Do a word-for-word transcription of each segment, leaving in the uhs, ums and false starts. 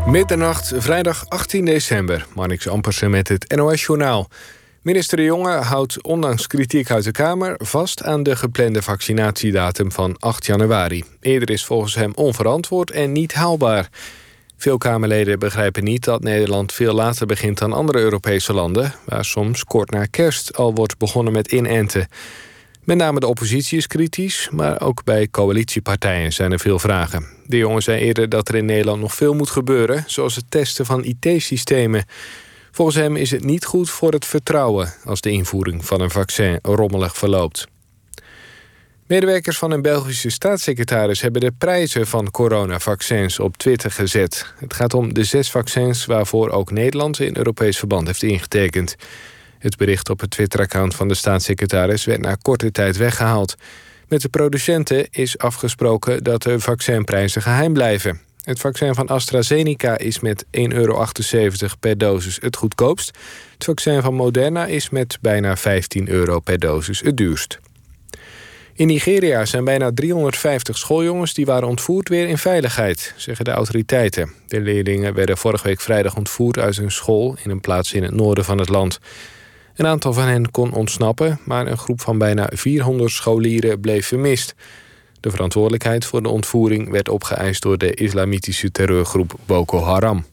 Middernacht, vrijdag achttien december. Marnix Ampersen met het N O S-journaal. Minister De Jonge houdt ondanks kritiek uit de Kamer vast aan de geplande vaccinatiedatum van acht januari. Eerder is volgens hem onverantwoord en niet haalbaar. Veel Kamerleden begrijpen niet dat Nederland veel later begint dan andere Europese landen, waar soms kort na kerst al wordt begonnen met inenten. Met name de oppositie is kritisch, maar ook bij coalitiepartijen zijn er veel vragen. De Jonge zei eerder dat er in Nederland nog veel moet gebeuren, zoals het testen van I T-systemen. Volgens hem is het niet goed voor het vertrouwen als de invoering van een vaccin rommelig verloopt. Medewerkers van een Belgische staatssecretaris hebben de prijzen van coronavaccins op Twitter gezet. Het gaat om de zes vaccins waarvoor ook Nederland in Europees verband heeft ingetekend. Het bericht op het Twitter-account van de staatssecretaris werd na korte tijd weggehaald. Met de producenten is afgesproken dat de vaccinprijzen geheim blijven. Het vaccin van AstraZeneca is met één euro achtenzeventig per dosis het goedkoopst. Het vaccin van Moderna is met bijna vijftien euro per dosis het duurst. In Nigeria zijn bijna driehonderdvijftig schooljongens die waren ontvoerd weer in veiligheid, zeggen de autoriteiten. De leerlingen werden vorige week vrijdag ontvoerd uit hun school in een plaats in het noorden van het land. Een aantal van hen kon ontsnappen, maar een groep van bijna vierhonderd scholieren bleef vermist. De verantwoordelijkheid voor de ontvoering werd opgeëist door de islamitische terreurgroep Boko Haram.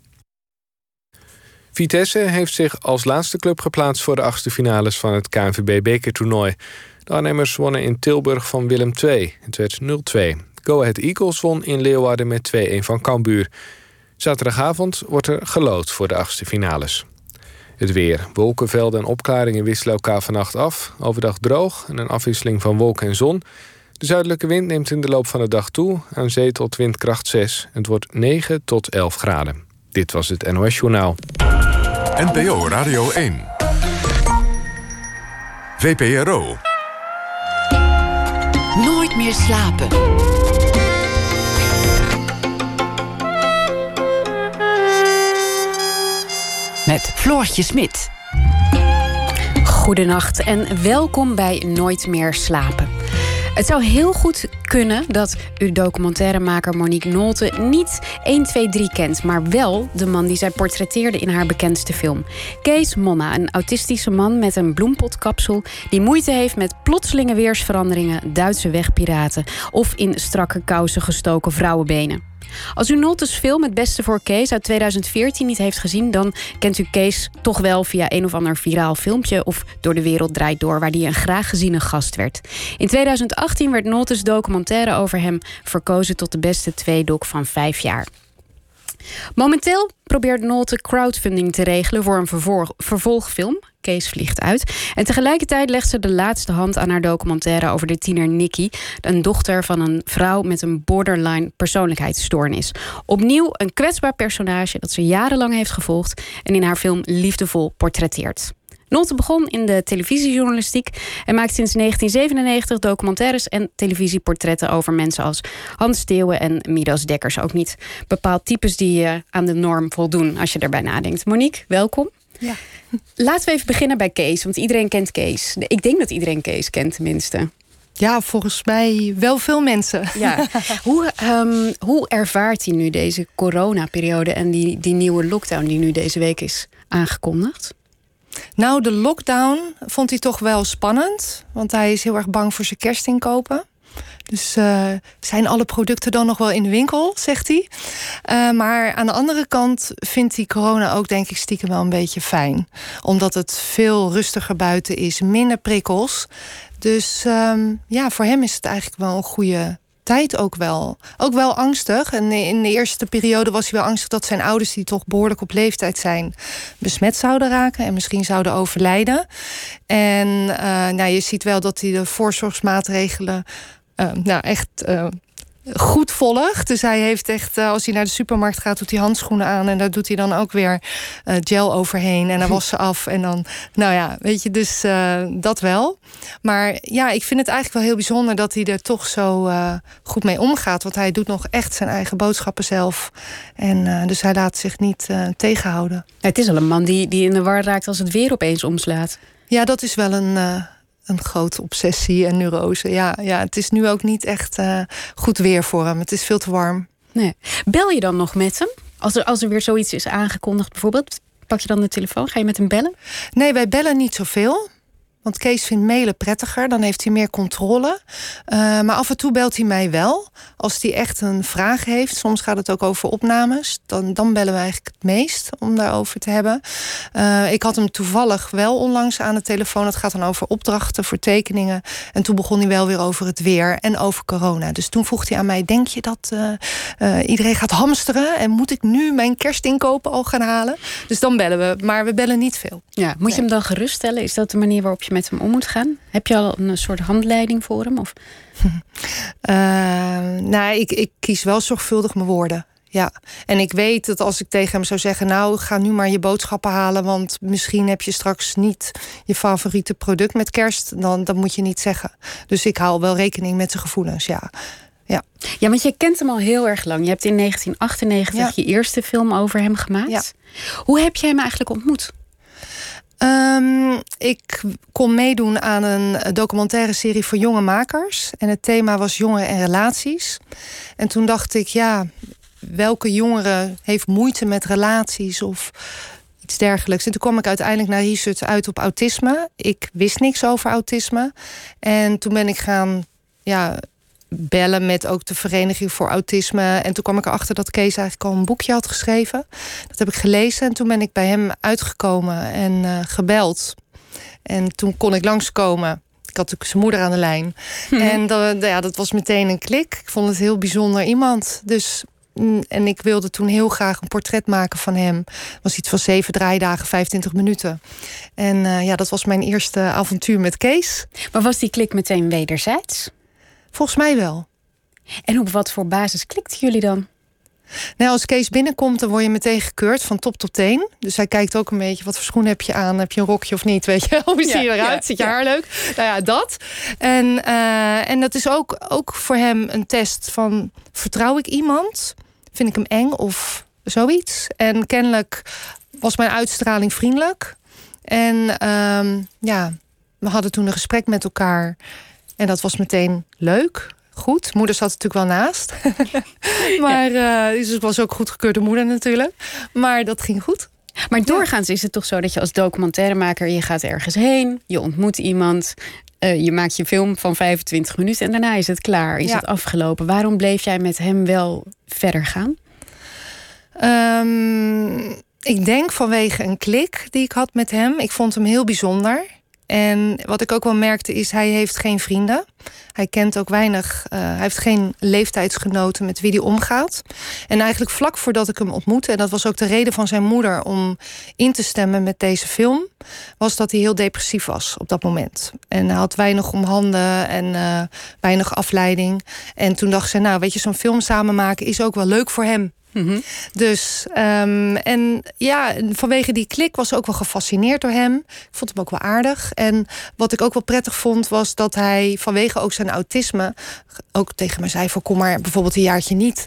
Vitesse heeft zich als laatste club geplaatst voor de achtste finales van het K N V B-bekertoernooi. De Arnhemmers wonnen in Tilburg van Willem twee. Het werd nul twee. Go Ahead Eagles won in Leeuwarden met twee-een van Cambuur. Zaterdagavond wordt er geloot voor de achtste finales. Het weer. Wolkenvelden en opklaringen wisselen elkaar vannacht af. Overdag droog en een afwisseling van wolken en zon. De zuidelijke wind neemt in de loop van de dag toe. Aan zee tot windkracht zes. Het wordt negen tot elf graden. Dit was het N O S-journaal. N P O Radio één. V P R O. Nooit meer slapen. Met Floortje Smit. Goedenacht en welkom bij Nooit meer slapen. Het zou heel goed kunnen dat u documentairemaker Monique Nolte niet één, twee, drie kent, maar wel de man die zij portretteerde in haar bekendste film. Kees Monna, een autistische man met een bloempotkapsel die moeite heeft met plotselinge weersveranderingen, Duitse wegpiraten of in strakke kousen gestoken vrouwenbenen. Als u Nolte's film Het Beste voor Kees uit tweeduizend veertien niet heeft gezien, dan kent u Kees toch wel via een of ander viraal filmpje of Door de Wereld Draait Door, waar hij een graag geziene gast werd. In tweeduizend achttien werd Nolte's documentaire over hem verkozen tot de beste tweedoc van vijf jaar. Momenteel probeert Nolte crowdfunding te regelen voor een vervolg, vervolgfilm. Kees vliegt uit. En tegelijkertijd legt ze de laatste hand aan haar documentaire over de tiener Nikki, een dochter van een vrouw met een borderline persoonlijkheidsstoornis. Opnieuw een kwetsbaar personage dat ze jarenlang heeft gevolgd en in haar film liefdevol portretteert. Nolte begon in de televisiejournalistiek en maakt sinds negentien zevenennegentig documentaires en televisieportretten over mensen als Hans Theeuwen en Midas Dekkers. Ook niet bepaald types die uh, aan de norm voldoen als je erbij nadenkt. Monique, welkom. Ja. Laten we even beginnen bij Kees, want iedereen kent Kees. Ik denk dat iedereen Kees kent tenminste. Ja, volgens mij wel veel mensen. Ja. hoe, um, hoe ervaart hij nu deze coronaperiode en die, die nieuwe lockdown die nu deze week is aangekondigd? Nou, de lockdown vond hij toch wel spannend. Want hij is heel erg bang voor zijn kerstinkopen. Dus uh, zijn alle producten dan nog wel in de winkel, zegt hij. Uh, maar aan de andere kant vindt hij corona ook, denk ik, stiekem wel een beetje fijn. Omdat het veel rustiger buiten is, minder prikkels. Dus um, ja, voor hem is het eigenlijk wel een goede tijd ook wel. Ook wel angstig. En in de eerste periode was hij wel angstig dat zijn ouders, die toch behoorlijk op leeftijd zijn, besmet zouden raken en misschien zouden overlijden. En uh, nou, je ziet wel dat hij de voorzorgsmaatregelen uh, nou echt uh, goed volgt. Dus hij heeft echt, uh, als hij naar de supermarkt gaat, doet hij handschoenen aan en daar doet hij dan ook weer uh, gel overheen en dan was ze af en dan, nou ja, weet je, dus uh, dat wel. Maar ja, ik vind het eigenlijk wel heel bijzonder dat hij er toch zo uh, goed mee omgaat, want hij doet nog echt zijn eigen boodschappen zelf en uh, dus hij laat zich niet uh, tegenhouden. Het is al een man die, die in de war raakt als het weer opeens omslaat. Ja, dat is wel een Uh, een grote obsessie en neurose. Ja, ja, het is nu ook niet echt uh, goed weer voor hem. Het is veel te warm. Nee. Bel je dan nog met hem? Als er, als er weer zoiets is aangekondigd bijvoorbeeld, pak je dan de telefoon? Ga je met hem bellen? Nee, wij bellen niet zoveel. Want Kees vindt mailen prettiger, dan heeft hij meer controle. Uh, maar af en toe belt hij mij wel. Als hij echt een vraag heeft, soms gaat het ook over opnames. Dan, dan bellen we eigenlijk het meest om daarover te hebben. Uh, ik had hem toevallig wel onlangs aan de telefoon. Het gaat dan over opdrachten voor tekeningen. En toen begon hij wel weer over het weer en over corona. Dus toen vroeg hij aan mij, denk je dat uh, uh, iedereen gaat hamsteren? En moet ik nu mijn kerstinkopen al gaan halen? Dus dan bellen we, maar we bellen niet veel. Ja, moet nee. je hem dan geruststellen? Is dat de manier waarop je met hem om moet gaan? Heb je al een soort handleiding voor hem? Of? Uh, nou, ik, ik kies wel zorgvuldig mijn woorden. Ja, en ik weet dat als ik tegen hem zou zeggen, nou, ga nu maar je boodschappen halen, want misschien heb je straks niet je favoriete product met kerst, dan dat moet je niet zeggen. Dus ik hou wel rekening met zijn gevoelens, ja. Ja. Ja, want je kent hem al heel erg lang. Je hebt in negentien achtennegentig ja. je eerste film over hem gemaakt. Ja. Hoe heb je hem eigenlijk ontmoet? Um, ik kon meedoen aan een documentaire serie voor jonge makers. En het thema was jongeren en relaties. En toen dacht ik, ja, welke jongere heeft moeite met relaties of iets dergelijks. En toen kwam ik uiteindelijk naar research uit op autisme. Ik wist niks over autisme. En toen ben ik gaan, ja, bellen met ook de Vereniging voor Autisme. En toen kwam ik erachter dat Kees eigenlijk al een boekje had geschreven. Dat heb ik gelezen en toen ben ik bij hem uitgekomen en uh, gebeld. En toen kon ik langskomen. Ik had natuurlijk zijn moeder aan de lijn. Hm. En dat, ja, dat was meteen een klik. Ik vond het een heel bijzonder iemand. Dus, en ik wilde toen heel graag een portret maken van hem. Het was iets van zeven draaidagen, vijfentwintig minuten. En uh, ja, dat was mijn eerste avontuur met Kees. Maar was die klik meteen wederzijds? Volgens mij wel. En op wat voor basis klikten jullie dan? Nou, als Kees binnenkomt, dan word je meteen gekeurd van top tot teen. Dus hij kijkt ook een beetje, wat voor schoen heb je aan? Heb je een rokje of niet? Weet je, hoe zie je eruit? Ja, Zit je ja. haar leuk? Nou ja, dat. En, uh, en dat is ook, ook voor hem een test van, vertrouw ik iemand? Vind ik hem eng of zoiets? En kennelijk was mijn uitstraling vriendelijk. En um, ja, we hadden toen een gesprek met elkaar. En dat was meteen leuk. Goed. Moeder zat natuurlijk wel naast. maar uh, dus het was ook goedgekeurde moeder natuurlijk. Maar dat ging goed. Maar doorgaans is het toch zo dat je als documentairemaker, je gaat ergens heen, je ontmoet iemand, uh, je maakt je film van vijfentwintig minuten en daarna is het klaar, is ja. het afgelopen. Waarom bleef jij met hem wel verder gaan? Um, ik denk vanwege een klik die ik had met hem. Ik vond hem heel bijzonder. En wat ik ook wel merkte is, hij heeft geen vrienden. Hij kent ook weinig, uh, hij heeft geen leeftijdsgenoten met wie hij omgaat. En eigenlijk vlak voordat ik hem ontmoette, en dat was ook de reden van zijn moeder om in te stemmen met deze film, was dat hij heel depressief was op dat moment. En hij had weinig om handen en uh, weinig afleiding. En toen dacht ze, nou weet je, zo'n film samen maken is ook wel leuk voor hem. Mm-hmm. Dus, um, en ja, vanwege die klik was ze ook wel gefascineerd door hem. Ik vond hem ook wel aardig. En wat ik ook wel prettig vond, was dat hij vanwege ook zijn autisme ook tegen me zei van, kom maar bijvoorbeeld een jaartje niet.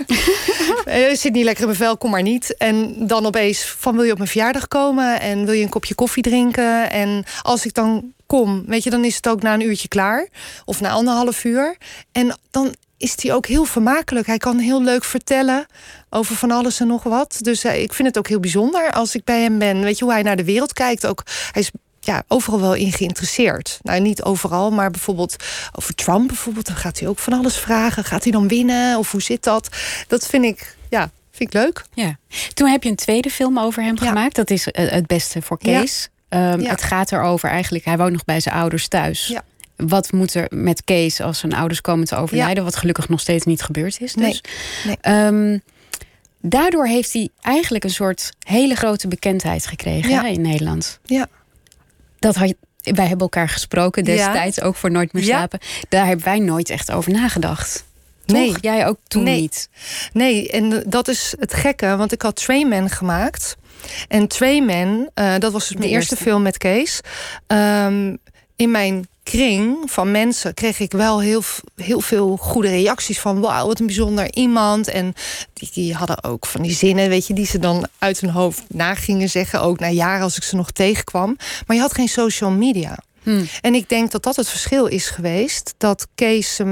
Je zit niet lekker in mijn vel, kom maar niet. En dan opeens van, wil je op mijn verjaardag komen? En wil je een kopje koffie drinken? En als ik dan kom, weet je, dan is het ook na een uurtje klaar. Of na anderhalf uur. En dan is hij ook heel vermakelijk. Hij kan heel leuk vertellen over van alles en nog wat. Dus uh, ik vind het ook heel bijzonder als ik bij hem ben. Weet je, hoe hij naar de wereld kijkt ook. Hij is ja, overal wel in geïnteresseerd. Nou, niet overal, maar bijvoorbeeld over Trump bijvoorbeeld. Dan gaat hij ook van alles vragen. Gaat hij dan winnen? Of hoe zit dat? Dat vind ik, ja, vind ik leuk. Ja. Toen heb je een tweede film over hem ja. gemaakt. Dat is uh, Het Beste voor Kees. Ja. Um, ja. Het gaat erover eigenlijk, hij woont nog bij zijn ouders thuis. Ja. Wat moet er met Kees als zijn ouders komen te overlijden? Ja. Wat gelukkig nog steeds niet gebeurd is. Dus. Nee. Nee. Um, daardoor heeft hij eigenlijk een soort hele grote bekendheid gekregen ja. hè, in Nederland. Ja. Dat had, wij hebben elkaar gesproken destijds, ja. ook voor Nooit meer slapen. Ja. Daar hebben wij nooit echt over nagedacht. Toch? Nee. Jij ook toen nee. niet? Nee, en dat is het gekke, want ik had Trayman gemaakt. En Trayman, uh, dat was dus mijn eerste. eerste film met Kees. Um, in mijn kring van mensen kreeg ik wel heel, heel veel goede reacties van, wauw, wat een bijzonder iemand. En die, die hadden ook van die zinnen, weet je, die ze dan uit hun hoofd na gingen zeggen, ook na jaren als ik ze nog tegenkwam. Maar je had geen social media. Hmm. En ik denk dat dat het verschil is geweest, dat Kees zijn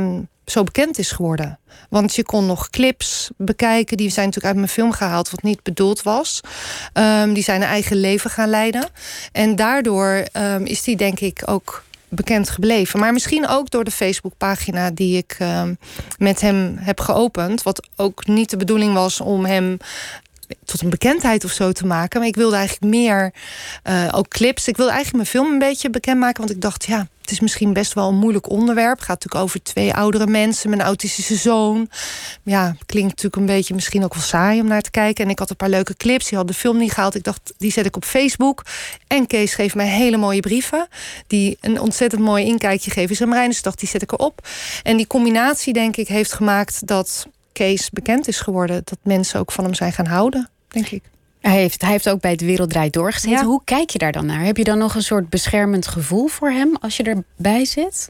zo bekend is geworden. Want je kon nog clips bekijken. Die zijn natuurlijk uit mijn film gehaald, wat niet bedoeld was. Um, die zijn een eigen leven gaan leiden. En daardoor um, is die denk ik ook bekend gebleven. Maar misschien ook door de Facebookpagina die ik um, met hem heb geopend. Wat ook niet de bedoeling was om hem tot een bekendheid of zo te maken. Maar ik wilde eigenlijk meer, uh, ook clips. Ik wilde eigenlijk mijn film een beetje bekendmaken. Want ik dacht, ja, het is misschien best wel een moeilijk onderwerp. Het gaat natuurlijk over twee oudere mensen met een autistische zoon. Ja, klinkt natuurlijk een beetje misschien ook wel saai om naar te kijken. En ik had een paar leuke clips. Die had de film niet gehaald. Ik dacht, die zet ik op Facebook. En Kees geeft mij hele mooie brieven. Die een ontzettend mooi inkijkje geven in zijn brein. Dus ik dacht, die zet ik erop. En die combinatie, denk ik, heeft gemaakt dat Kees bekend is geworden. Dat mensen ook van hem zijn gaan houden, denk ik. Hij heeft, hij heeft ook bij De Wereld Draait Door gezeten. Ja. Hoe kijk je daar dan naar? Heb je dan nog een soort beschermend gevoel voor hem als je erbij zit?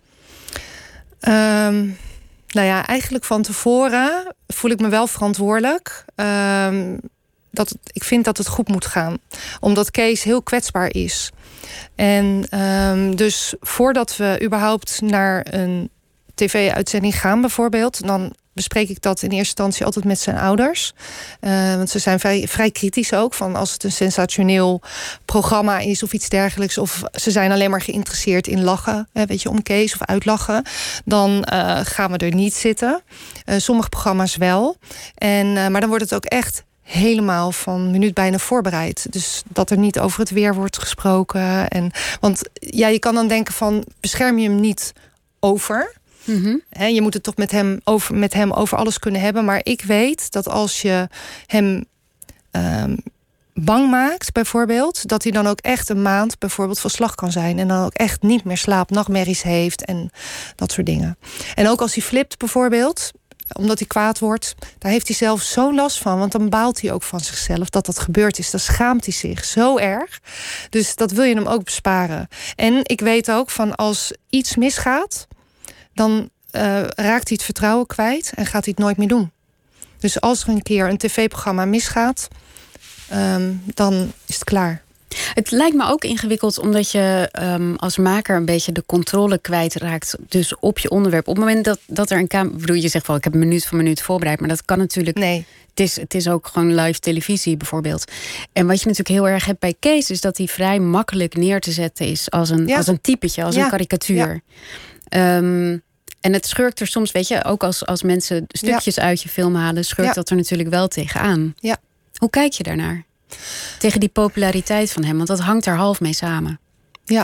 Um, nou ja, eigenlijk van tevoren voel ik me wel verantwoordelijk. Um, dat het, ik vind dat het goed moet gaan. Omdat Kees heel kwetsbaar is. En um, dus voordat we überhaupt naar een tv-uitzending gaan bijvoorbeeld, dan bespreek ik dat in eerste instantie altijd met zijn ouders. Uh, want ze zijn vrij, vrij kritisch ook. Van als het een sensationeel programma is of iets dergelijks. Of ze zijn alleen maar geïnteresseerd in lachen. Hè, weet je, om Kees of uitlachen. Dan uh, gaan we er niet zitten. Uh, sommige programma's wel. En, uh, maar dan wordt het ook echt helemaal van minuut bijna voorbereid. Dus dat er niet over het weer wordt gesproken. En, want ja, je kan dan denken van, bescherm je hem niet over? Mm-hmm. He, je moet het toch met hem, over, met hem over alles kunnen hebben. Maar ik weet dat als je hem um, bang maakt, bijvoorbeeld, dat hij dan ook echt een maand bijvoorbeeld van slag kan zijn. En dan ook echt niet meer slaapt, nachtmerries heeft en dat soort dingen. En ook als hij flipt bijvoorbeeld, omdat hij kwaad wordt, daar heeft hij zelf zo'n last van. Want dan baalt hij ook van zichzelf dat dat gebeurd is. Dan schaamt hij zich zo erg. Dus dat wil je hem ook besparen. En ik weet ook van, als iets misgaat, dan uh, raakt hij het vertrouwen kwijt en gaat hij het nooit meer doen. Dus als er een keer een tv-programma misgaat, um, dan is het klaar. Het lijkt me ook ingewikkeld omdat je um, als maker een beetje de controle kwijtraakt, dus op je onderwerp. Op het moment dat, dat er een camera, bedoel, je zegt wel, ik heb een minuut voor minuut voorbereid, maar dat kan natuurlijk. Nee. Het is, het is ook gewoon live televisie bijvoorbeeld. En wat je natuurlijk heel erg hebt bij Kees, is dat hij vrij makkelijk neer te zetten is als een, ja. als een typetje, als ja. een karikatuur. Ja. Um, en het schurkt er soms, weet je, ook als, als mensen stukjes ja. uit je film halen, schurkt ja. dat er natuurlijk wel tegenaan. Ja. Hoe kijk je daarnaar? Tegen die populariteit van hem, want dat hangt er half mee samen. Ja.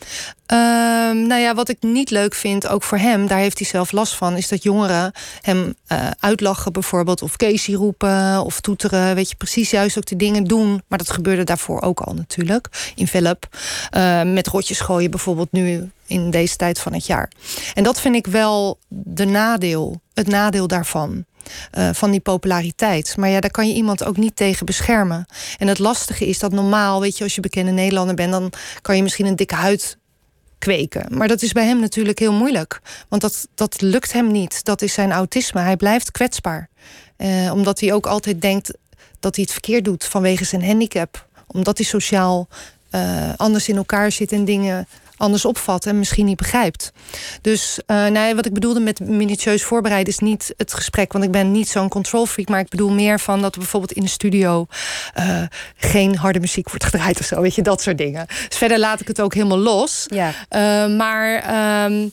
Um, nou ja, wat ik niet leuk vind, ook voor hem, daar heeft hij zelf last van, is dat jongeren hem uh, uitlachen bijvoorbeeld, of Keesie roepen, of toeteren, weet je, precies juist ook de dingen doen. Maar dat gebeurde daarvoor ook al natuurlijk, in Velp. Uh, met rotjes gooien bijvoorbeeld nu in deze tijd van het jaar. En dat vind ik wel de nadeel, het nadeel daarvan. Uh, van die populariteit. Maar ja, daar kan je iemand ook niet tegen beschermen. En het lastige is dat normaal, weet je, als je bekende Nederlander bent, dan kan je misschien een dikke huid kweken. Maar dat is bij hem natuurlijk heel moeilijk. Want dat, dat lukt hem niet. Dat is zijn autisme. Hij blijft kwetsbaar. Uh, omdat hij ook altijd denkt dat hij het verkeerd doet vanwege zijn handicap. Omdat hij sociaal uh, anders in elkaar zit en dingen anders opvat en misschien niet begrijpt. Dus uh, nee, wat ik bedoelde met minutieus voorbereiden is niet het gesprek, want ik ben niet zo'n control freak, maar ik bedoel meer van dat er bijvoorbeeld in de studio uh, geen harde muziek wordt gedraaid of zo, weet je, dat soort dingen. Dus verder laat ik het ook helemaal los. Ja. Uh, maar um,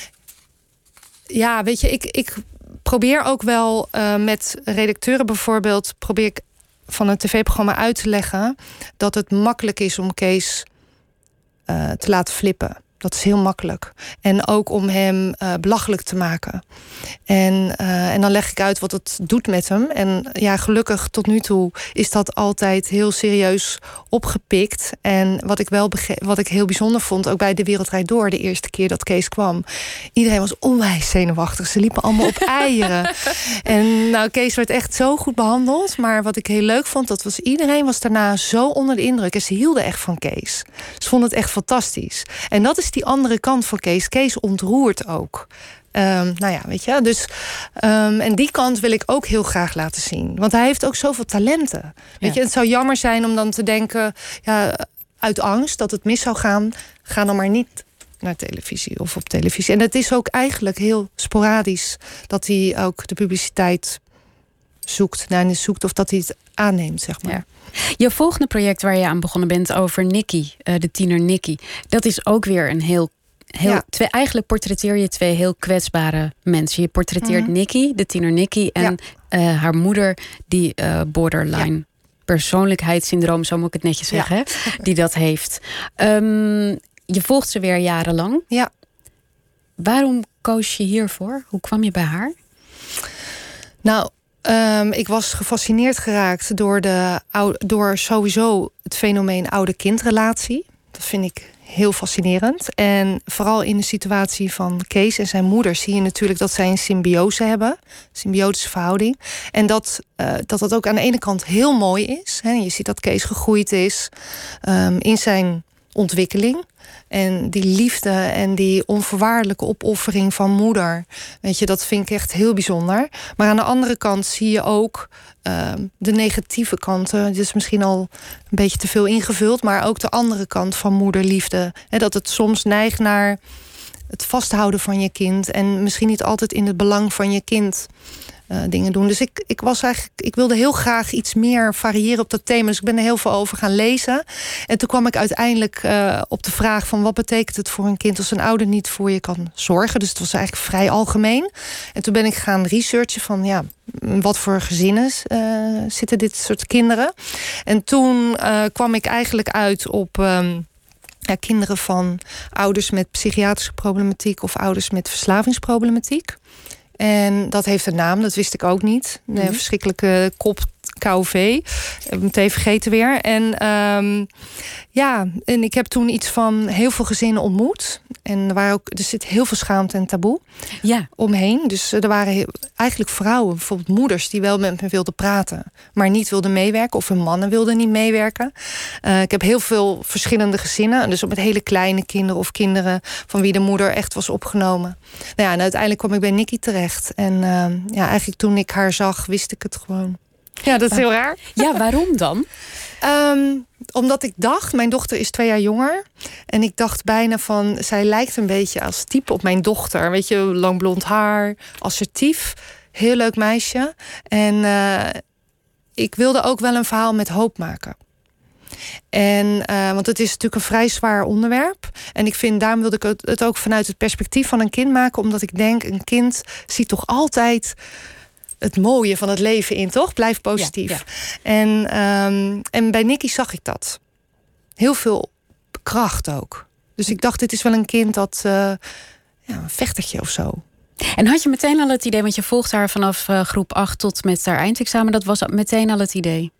ja, weet je, ik, ik probeer ook wel uh, met redacteuren bijvoorbeeld, probeer ik van een tv-programma uit te leggen dat het makkelijk is om Kees Uh, te laten flippen. Dat is heel makkelijk. En ook om hem uh, belachelijk te maken. En, uh, en dan leg ik uit wat het doet met hem. En ja, gelukkig tot nu toe is dat altijd heel serieus opgepikt. En wat ik wel begre- wat ik heel bijzonder vond, ook bij De Wereld Draait Door, de eerste keer dat Kees kwam, iedereen was onwijs zenuwachtig. Ze liepen allemaal op eieren. En nou, Kees werd echt zo goed behandeld. Maar wat ik heel leuk vond, dat was iedereen was daarna zo onder de indruk. En ze hielden echt van Kees. Ze vonden het echt fantastisch. En dat is die andere kant van Kees. Kees ontroert ook. Um, nou ja, weet je. Dus, um, en die kant wil ik ook heel graag laten zien. Want hij heeft ook zoveel talenten. Weet ja. je, het zou jammer zijn om dan te denken, ja, uit angst dat het mis zou gaan, ga dan maar niet naar televisie of op televisie. En het is ook eigenlijk heel sporadisch dat hij ook de publiciteit zoekt, naar zoekt of dat hij het aanneemt, zeg maar. Ja. Je volgende project waar je aan begonnen bent over Nikki, uh, de tiener Nikki, dat is ook weer een heel, heel Ja. twee, eigenlijk portretteer je twee heel kwetsbare mensen. Je portretteert Mm-hmm. Nikki, de tiener Nikki, en Ja. uh, haar moeder, die uh, borderline ja. persoonlijkheidssyndroom, zo moet ik het netjes zeggen, Ja. hè, die dat heeft. Um, je volgt ze weer jarenlang. Ja. Waarom koos je hiervoor? Hoe kwam je bij haar? Nou, um, ik was gefascineerd geraakt door, de, door sowieso het fenomeen oude-kindrelatie. Dat vind ik heel fascinerend. En vooral in de situatie van Kees en zijn moeder zie je natuurlijk dat zij een symbiose hebben. Een symbiotische verhouding. En dat, uh, dat dat ook aan de ene kant heel mooi is. Hè. Je ziet dat Kees gegroeid is um, in zijn ontwikkeling. En die liefde en die onvoorwaardelijke opoffering van moeder, weet je, dat vind ik echt heel bijzonder. Maar aan de andere kant zie je ook uh, de negatieve kanten. Het is misschien al een beetje te veel ingevuld, maar ook de andere kant van moederliefde. He, dat het soms neigt naar het vasthouden van je kind en misschien niet altijd in het belang van je kind Uh, dingen doen. Dus ik, ik was eigenlijk, ik wilde heel graag iets meer variëren op dat thema. Dus ik ben er heel veel over gaan lezen. En toen kwam ik uiteindelijk uh, op de vraag van wat betekent het voor een kind als een ouder niet voor je kan zorgen. Dus het was eigenlijk vrij algemeen. En toen ben ik gaan researchen van ja, wat voor gezinnen uh, zitten dit soort kinderen. En toen uh, kwam ik eigenlijk uit op Um, Ja, kinderen van ouders met psychiatrische problematiek of ouders met verslavingsproblematiek. En dat heeft een naam, dat wist ik ook niet. Een mm-hmm. verschrikkelijke kop K O V. Ik heb meteen vergeten weer. En um, ja, en ik heb toen iets van heel veel gezinnen ontmoet. En er, waren ook, er zit heel veel schaamte en taboe ja. omheen. Dus er waren heel, eigenlijk vrouwen, bijvoorbeeld moeders, die wel met me wilden praten, maar niet wilden meewerken. Of hun mannen wilden niet meewerken. Uh, ik heb heel veel verschillende gezinnen. Dus ook met hele kleine kinderen of kinderen van wie de moeder echt was opgenomen. Nou ja, en uiteindelijk kwam ik bij Nikki terecht. En uh, ja, eigenlijk toen ik haar zag, wist ik het gewoon. Ja, dat is heel raar. Ja, waarom dan? Um, omdat ik dacht, mijn dochter is twee jaar jonger. En ik dacht bijna van, zij lijkt een beetje als type op mijn dochter. Weet je, lang blond haar, assertief. Heel leuk meisje. En uh, ik wilde ook wel een verhaal met hoop maken. En, uh, want het is natuurlijk een vrij zwaar onderwerp. En ik vind, daarom wilde ik het ook vanuit het perspectief van een kind maken. Omdat ik denk, een kind ziet toch altijd het mooie van het leven in, toch? Blijf positief. Ja, ja. En, um, en bij Nikki zag ik dat. Heel veel kracht ook. Dus ik dacht, dit is wel een kind dat Uh, ja, een vechtertje of zo. En had je meteen al het idee, want je volgt haar vanaf uh, groep acht tot met haar eindexamen. Dat was meteen al het idee?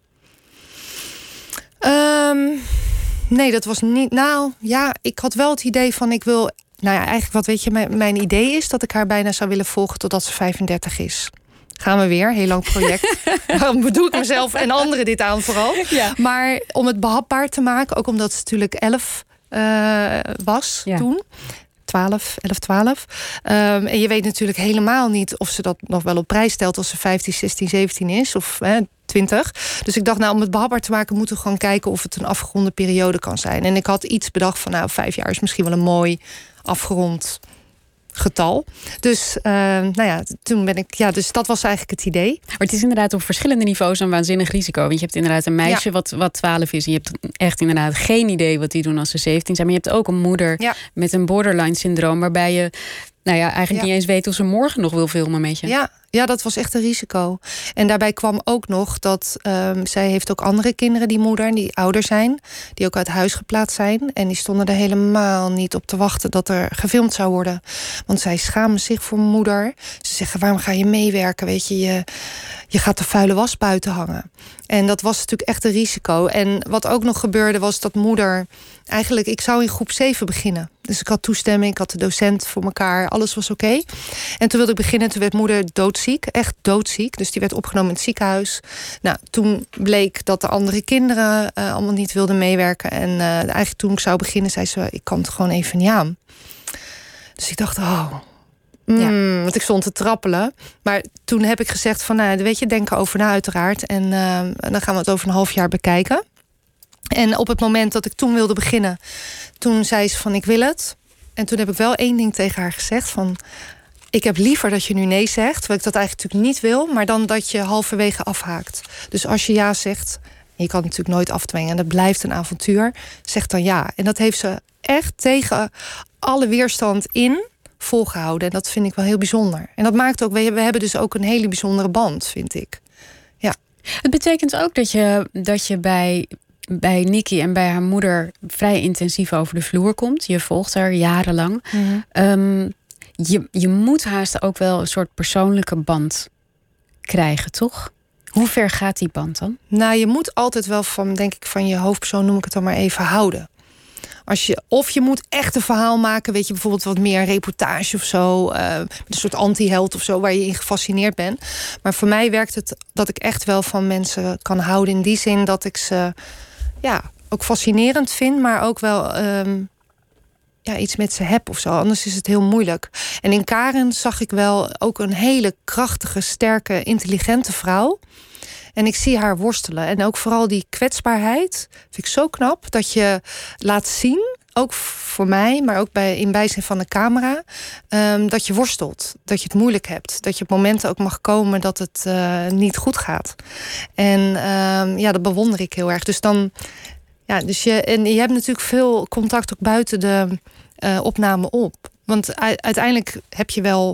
Um, nee, dat was niet. Nou ja, ik had wel het idee van ik wil. Nou ja, eigenlijk wat weet je, mijn, mijn idee is dat ik haar bijna zou willen volgen totdat ze vijfendertig is. Gaan we weer, heel lang project. Waarom bedoel ik mezelf en anderen dit aan vooral? Ja. Maar om het behapbaar te maken, ook omdat ze natuurlijk elf uh, was ja. toen. twaalf, elf, twaalf. Um, en je weet natuurlijk helemaal niet of ze dat nog wel op prijs stelt als ze vijftien, zestien, zeventien is. Of eh, twintig. Dus ik dacht, nou, om het behapbaar te maken, moeten we gewoon kijken of het een afgeronde periode kan zijn. En ik had iets bedacht van, nou, vijf jaar is misschien wel een mooi afgerond getal. Dus, uh, nou ja, toen ben ik, ja, dus dat was eigenlijk het idee. Maar het is inderdaad op verschillende niveaus een waanzinnig risico. Want je hebt inderdaad een meisje ja. wat, wat twaalf is. En je hebt echt inderdaad geen idee wat die doen als ze zeventien zijn. Maar je hebt ook een moeder ja. met een borderline syndroom, waarbij je, nou ja, eigenlijk ja. niet eens weet of ze morgen nog wil filmen met je. Ja. Ja, dat was echt een risico. En daarbij kwam ook nog dat um, zij heeft ook andere kinderen, die moeder, die ouder zijn, die ook uit huis geplaatst zijn. En die stonden er helemaal niet op te wachten dat er gefilmd zou worden. Want zij schamen zich voor moeder. Ze zeggen, waarom ga je meewerken? Weet je, je, je gaat de vuile was buiten hangen. En dat was natuurlijk echt een risico. En wat ook nog gebeurde was dat moeder, eigenlijk, ik zou in groep zeven beginnen. Dus ik had toestemming, ik had de docent voor elkaar, alles was oké. Okay. En toen wilde ik beginnen, toen werd moeder doodziek, echt doodziek. Dus die werd opgenomen in het ziekenhuis. Nou, toen bleek dat de andere kinderen uh, allemaal niet wilden meewerken. En uh, eigenlijk toen ik zou beginnen, zei ze, ik kan het gewoon even niet aan. Dus ik dacht, oh, mm, ja. want ik stond te trappelen. Maar toen heb ik gezegd van, nou, weet je, denk erover na uiteraard. En uh, dan gaan we het over een half jaar bekijken. En op het moment dat ik toen wilde beginnen, toen zei ze van, ik wil het. En toen heb ik wel één ding tegen haar gezegd van... ik heb liever dat je nu nee zegt, terwijl ik dat eigenlijk natuurlijk niet wil... maar dan dat je halverwege afhaakt. Dus als je ja zegt, je kan het natuurlijk nooit afdwingen... en dat blijft een avontuur, zeg dan ja. En dat heeft ze echt tegen alle weerstand in volgehouden. En dat vind ik wel heel bijzonder. En dat maakt ook, we hebben dus ook een hele bijzondere band, vind ik. Ja. Het betekent ook dat je, dat je bij... bij Nikki en bij haar moeder vrij intensief over de vloer komt. Je volgt haar jarenlang. Mm-hmm. Um, je, je moet haast ook wel een soort persoonlijke band krijgen, toch? Hoe ver gaat die band dan? Nou, je moet altijd wel van, denk ik, van je hoofdpersoon, noem ik het dan maar even, houden. Als je, of je moet echt een verhaal maken, weet je, bijvoorbeeld wat meer een reportage of zo, uh, een soort anti-held of zo, waar je in gefascineerd bent. Maar voor mij werkt het dat ik echt wel van mensen kan houden in die zin dat ik ze ja, ook fascinerend vind, maar ook wel um, ja, iets met ze heb of zo. Anders is het heel moeilijk. En in Karen zag ik wel ook een hele krachtige, sterke, intelligente vrouw. En ik zie haar worstelen. En ook vooral die kwetsbaarheid vind ik zo knap dat je laat zien, ook voor mij, maar ook bij, in bijzijn van de camera, um, dat je worstelt, dat je het moeilijk hebt, dat je op momenten ook mag komen dat het uh, niet goed gaat. En um, ja, dat bewonder ik heel erg. Dus dan, ja, dus je en je hebt natuurlijk veel contact ook buiten de uh, opname op, want u- uiteindelijk heb je wel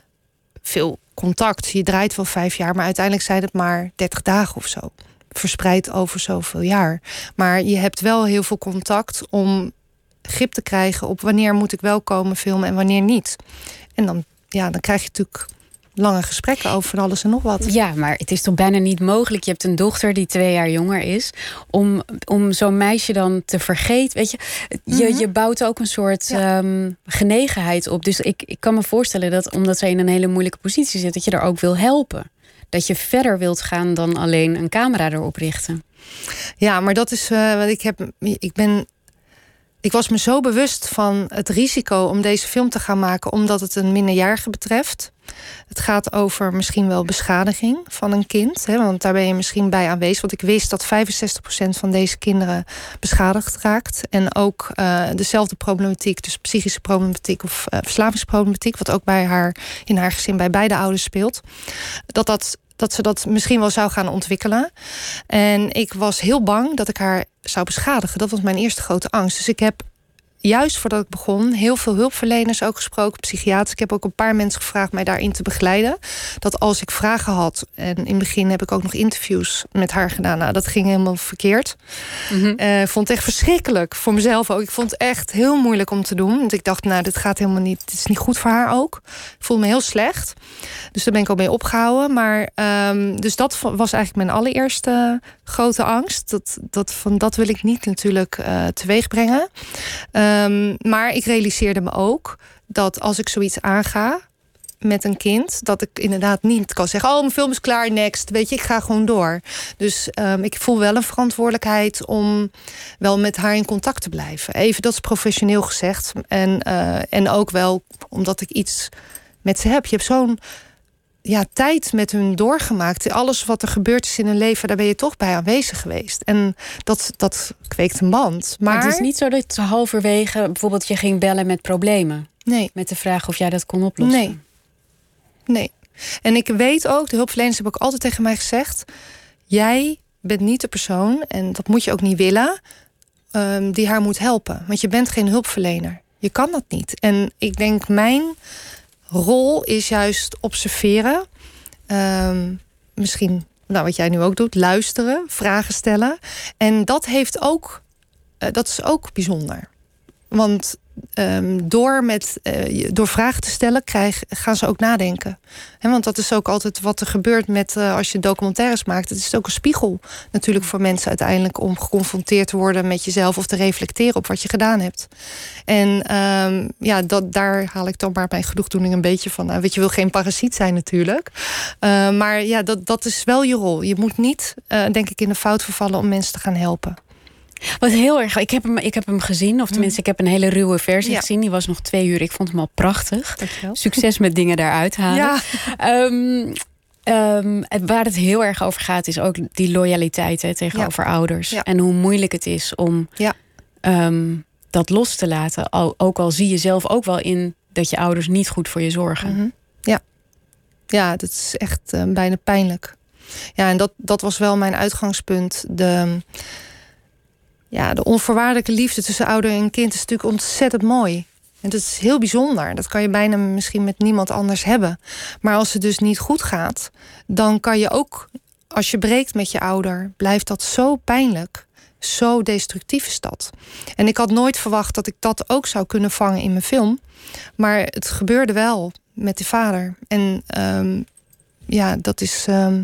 veel contact. Je draait wel vijf jaar, maar uiteindelijk zijn het maar dertig dagen of zo, verspreid over zoveel jaar. Maar je hebt wel heel veel contact om grip te krijgen op wanneer moet ik wel komen filmen en wanneer niet. En dan, ja, dan krijg je natuurlijk lange gesprekken over van alles en nog wat. Ja, maar het is toch bijna niet mogelijk. Je hebt een dochter die twee jaar jonger is. Om, om zo'n meisje dan te vergeten. Weet je, je, mm-hmm. je bouwt ook een soort ja. um, genegenheid op. Dus ik, ik kan me voorstellen dat omdat zij in een hele moeilijke positie zit, dat je er ook wil helpen. Dat je verder wilt gaan dan alleen een camera erop richten. Ja, maar dat is uh, wat ik heb. Ik ben. Ik was me zo bewust van het risico om deze film te gaan maken, omdat het een minderjarige betreft. Het gaat over misschien wel beschadiging van een kind. Hè, want daar ben je misschien bij aanwezig. Want ik wist dat vijfenzestig procent van deze kinderen beschadigd raakt. En ook uh, dezelfde problematiek, dus psychische problematiek of uh, verslavingsproblematiek, wat ook bij haar, in haar gezin bij beide ouders speelt. Dat dat... dat ze dat misschien wel zou gaan ontwikkelen. En ik was heel bang dat ik haar zou beschadigen. Dat was mijn eerste grote angst. Dus ik heb juist voordat ik begon heel veel hulpverleners ook gesproken, psychiaters. Ik heb ook een paar mensen gevraagd mij daarin te begeleiden. Dat als ik vragen had, en in het begin heb ik ook nog interviews met haar gedaan. Nou, dat ging helemaal verkeerd. Mm-hmm. Uh, vond het echt verschrikkelijk. Voor mezelf ook. Ik vond het echt heel moeilijk om te doen. Want ik dacht, nou, dit gaat helemaal niet. Dit is niet goed voor haar ook. Ik voelde me heel slecht. Dus daar ben ik al mee opgehouden. Maar um, dus dat was eigenlijk mijn allereerste grote angst. Dat, dat, van, dat wil ik niet natuurlijk uh, teweeg brengen. Um, maar ik realiseerde me ook dat als ik zoiets aanga met een kind, dat ik inderdaad niet kan zeggen, oh, mijn film is klaar, next. Weet je, ik ga gewoon door. Dus um, ik voel wel een verantwoordelijkheid om wel met haar in contact te blijven. Even, dat is professioneel gezegd. En, uh, en ook wel omdat ik iets met ze heb. Je hebt zo'n ja, tijd met hun doorgemaakt. Alles wat er gebeurd is in hun leven, daar ben je toch bij aanwezig geweest. En dat, dat kweekt een band. Maar, maar het is niet zo dat halverwege bijvoorbeeld je ging bellen met problemen. Nee. Met de vraag of jij dat kon oplossen. Nee. Nee. En ik weet ook, de hulpverleners hebben ook altijd tegen mij gezegd, jij bent niet de persoon, en dat moet je ook niet willen, um, die haar moet helpen. Want je bent geen hulpverlener. Je kan dat niet. En ik denk, mijn rol is juist observeren. Um, misschien, nou, wat jij nu ook doet, luisteren, vragen stellen. En dat heeft ook, uh, dat is ook bijzonder. Want um, door, met, uh, door vragen te stellen krijg, gaan ze ook nadenken. He, want dat is ook altijd wat er gebeurt met uh, als je documentaires maakt. Het is ook een spiegel natuurlijk voor mensen uiteindelijk om geconfronteerd te worden met jezelf of te reflecteren op wat je gedaan hebt. En um, ja, dat, daar haal ik dan maar mijn genoegdoening een beetje van. Nou, weet je, wil geen parasiet zijn natuurlijk. Uh, maar ja, dat, dat is wel je rol. Je moet niet, uh, denk ik, in de fout vervallen om mensen te gaan helpen. Wat heel erg. Ik heb hem, ik heb hem gezien, of tenminste, ik heb een hele ruwe versie ja. gezien. Die was nog twee uur. Ik vond hem al prachtig. Dankjewel. Succes met dingen daaruit halen. Ja. Um, um, waar het heel erg over gaat, is ook die loyaliteit hè, tegenover ja. ouders. Ja. En hoe moeilijk het is om, ja. um, dat los te laten. Al, ook al zie je zelf ook wel in dat je ouders niet goed voor je zorgen. Mm-hmm. Ja. Ja, dat is echt uh, bijna pijnlijk. Ja, en dat, dat was wel mijn uitgangspunt. De, ja, de onvoorwaardelijke liefde tussen ouder en kind is natuurlijk ontzettend mooi. En dat is heel bijzonder. Dat kan je bijna misschien met niemand anders hebben. Maar als het dus niet goed gaat, dan kan je ook, als je breekt met je ouder, blijft dat zo pijnlijk. Zo destructief is dat. En ik had nooit verwacht dat ik dat ook zou kunnen vangen in mijn film. Maar het gebeurde wel met die vader. En um, ja, dat is um,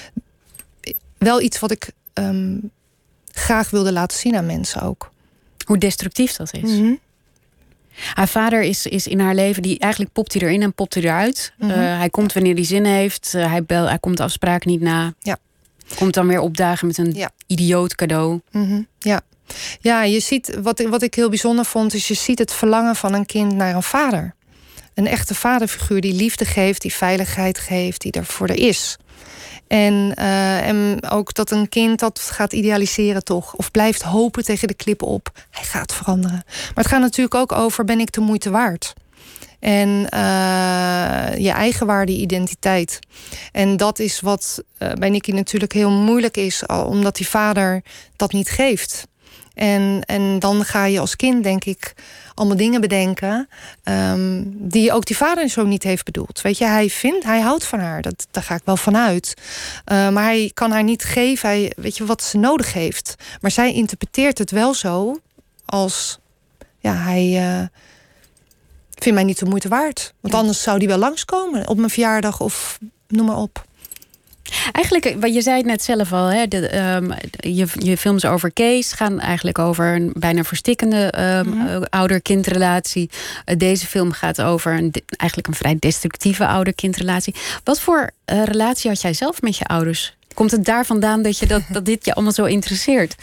wel iets wat ik um, graag wilde laten zien aan mensen ook. Hoe destructief dat is. Mm-hmm. Haar vader is, is in haar leven, die eigenlijk popt hij erin en popt hij eruit. Mm-hmm. Uh, hij komt wanneer hij zin heeft. Uh, hij, bel, hij komt de afspraak niet na. Ja. Komt dan weer opdagen met een ja. idioot cadeau. Mm-hmm. Ja. Ja, je ziet, wat, wat ik heel bijzonder vond, is je ziet het verlangen van een kind naar een vader. Een echte vaderfiguur die liefde geeft, die veiligheid geeft, die er voor er is. En, uh, en ook dat een kind dat gaat idealiseren toch. Of blijft hopen tegen de klippen op. Hij gaat veranderen. Maar het gaat natuurlijk ook over, ben ik de moeite waard? En uh, je eigenwaarde, identiteit. En dat is wat uh, bij Nicky natuurlijk heel moeilijk is. Omdat die vader dat niet geeft. En, en dan ga je als kind, denk ik, allemaal dingen bedenken um, die ook die vader zo niet heeft bedoeld. Weet je, hij vindt, hij houdt van haar. Dat, daar ga ik wel van uit. Uh, maar hij kan haar niet geven, hij, weet je, wat ze nodig heeft. Maar zij interpreteert het wel zo als, ja, hij uh, vindt mij niet de moeite waard. Want anders zou die wel langskomen op mijn verjaardag of noem maar op. Eigenlijk, wat je zei het net zelf al, hè, de, um, je, je films over Kees gaan eigenlijk over een bijna verstikkende um, mm-hmm. ouder-kindrelatie. Uh, deze film gaat over een, eigenlijk een vrij destructieve ouder-kindrelatie. Wat voor uh, relatie had jij zelf met je ouders? Komt het daar vandaan dat, je dat, dat dit je allemaal zo interesseert?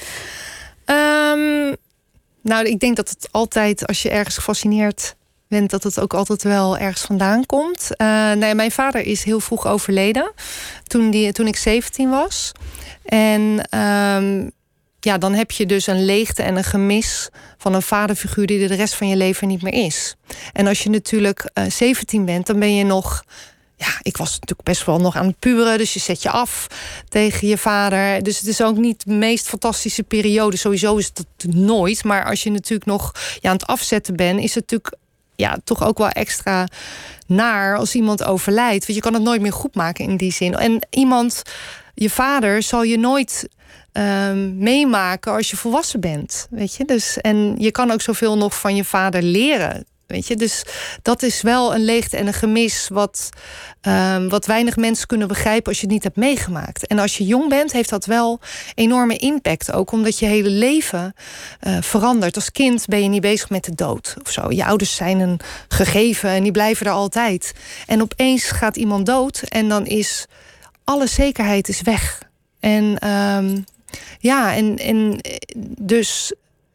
Um, nou, ik denk dat het altijd, als je ergens gefascineerd bent, dat het ook altijd wel ergens vandaan komt. Uh, nee, mijn vader is heel vroeg overleden. Toen, die, toen ik zeventien was. En um, ja, dan heb je dus een leegte en een gemis van een vaderfiguur die er de rest van je leven niet meer is. En als je natuurlijk uh, zeventien bent, dan ben je nog... Ja, ik was natuurlijk best wel nog aan het puberen, dus je zet je af tegen je vader. Dus het is ook niet de meest fantastische periode. Sowieso is het nooit. Maar als je natuurlijk nog ja, aan het afzetten bent, is het natuurlijk ja, toch ook wel extra naar als iemand overlijdt. Want je kan het nooit meer goed maken in die zin. En iemand, je vader, zal je nooit um, meemaken als je volwassen bent. Weet je? Dus, en je kan ook zoveel nog van je vader leren. Weet je? Dus dat is wel een leegte en een gemis wat, um, wat weinig mensen kunnen begrijpen als je het niet hebt meegemaakt. En als je jong bent, heeft dat wel enorme impact. Ook omdat je hele leven uh, verandert. Als kind ben je niet bezig met de dood of zo. Je ouders zijn een gegeven en die blijven er altijd. En opeens gaat iemand dood en dan is alle zekerheid is weg. En um, ja, en, en dus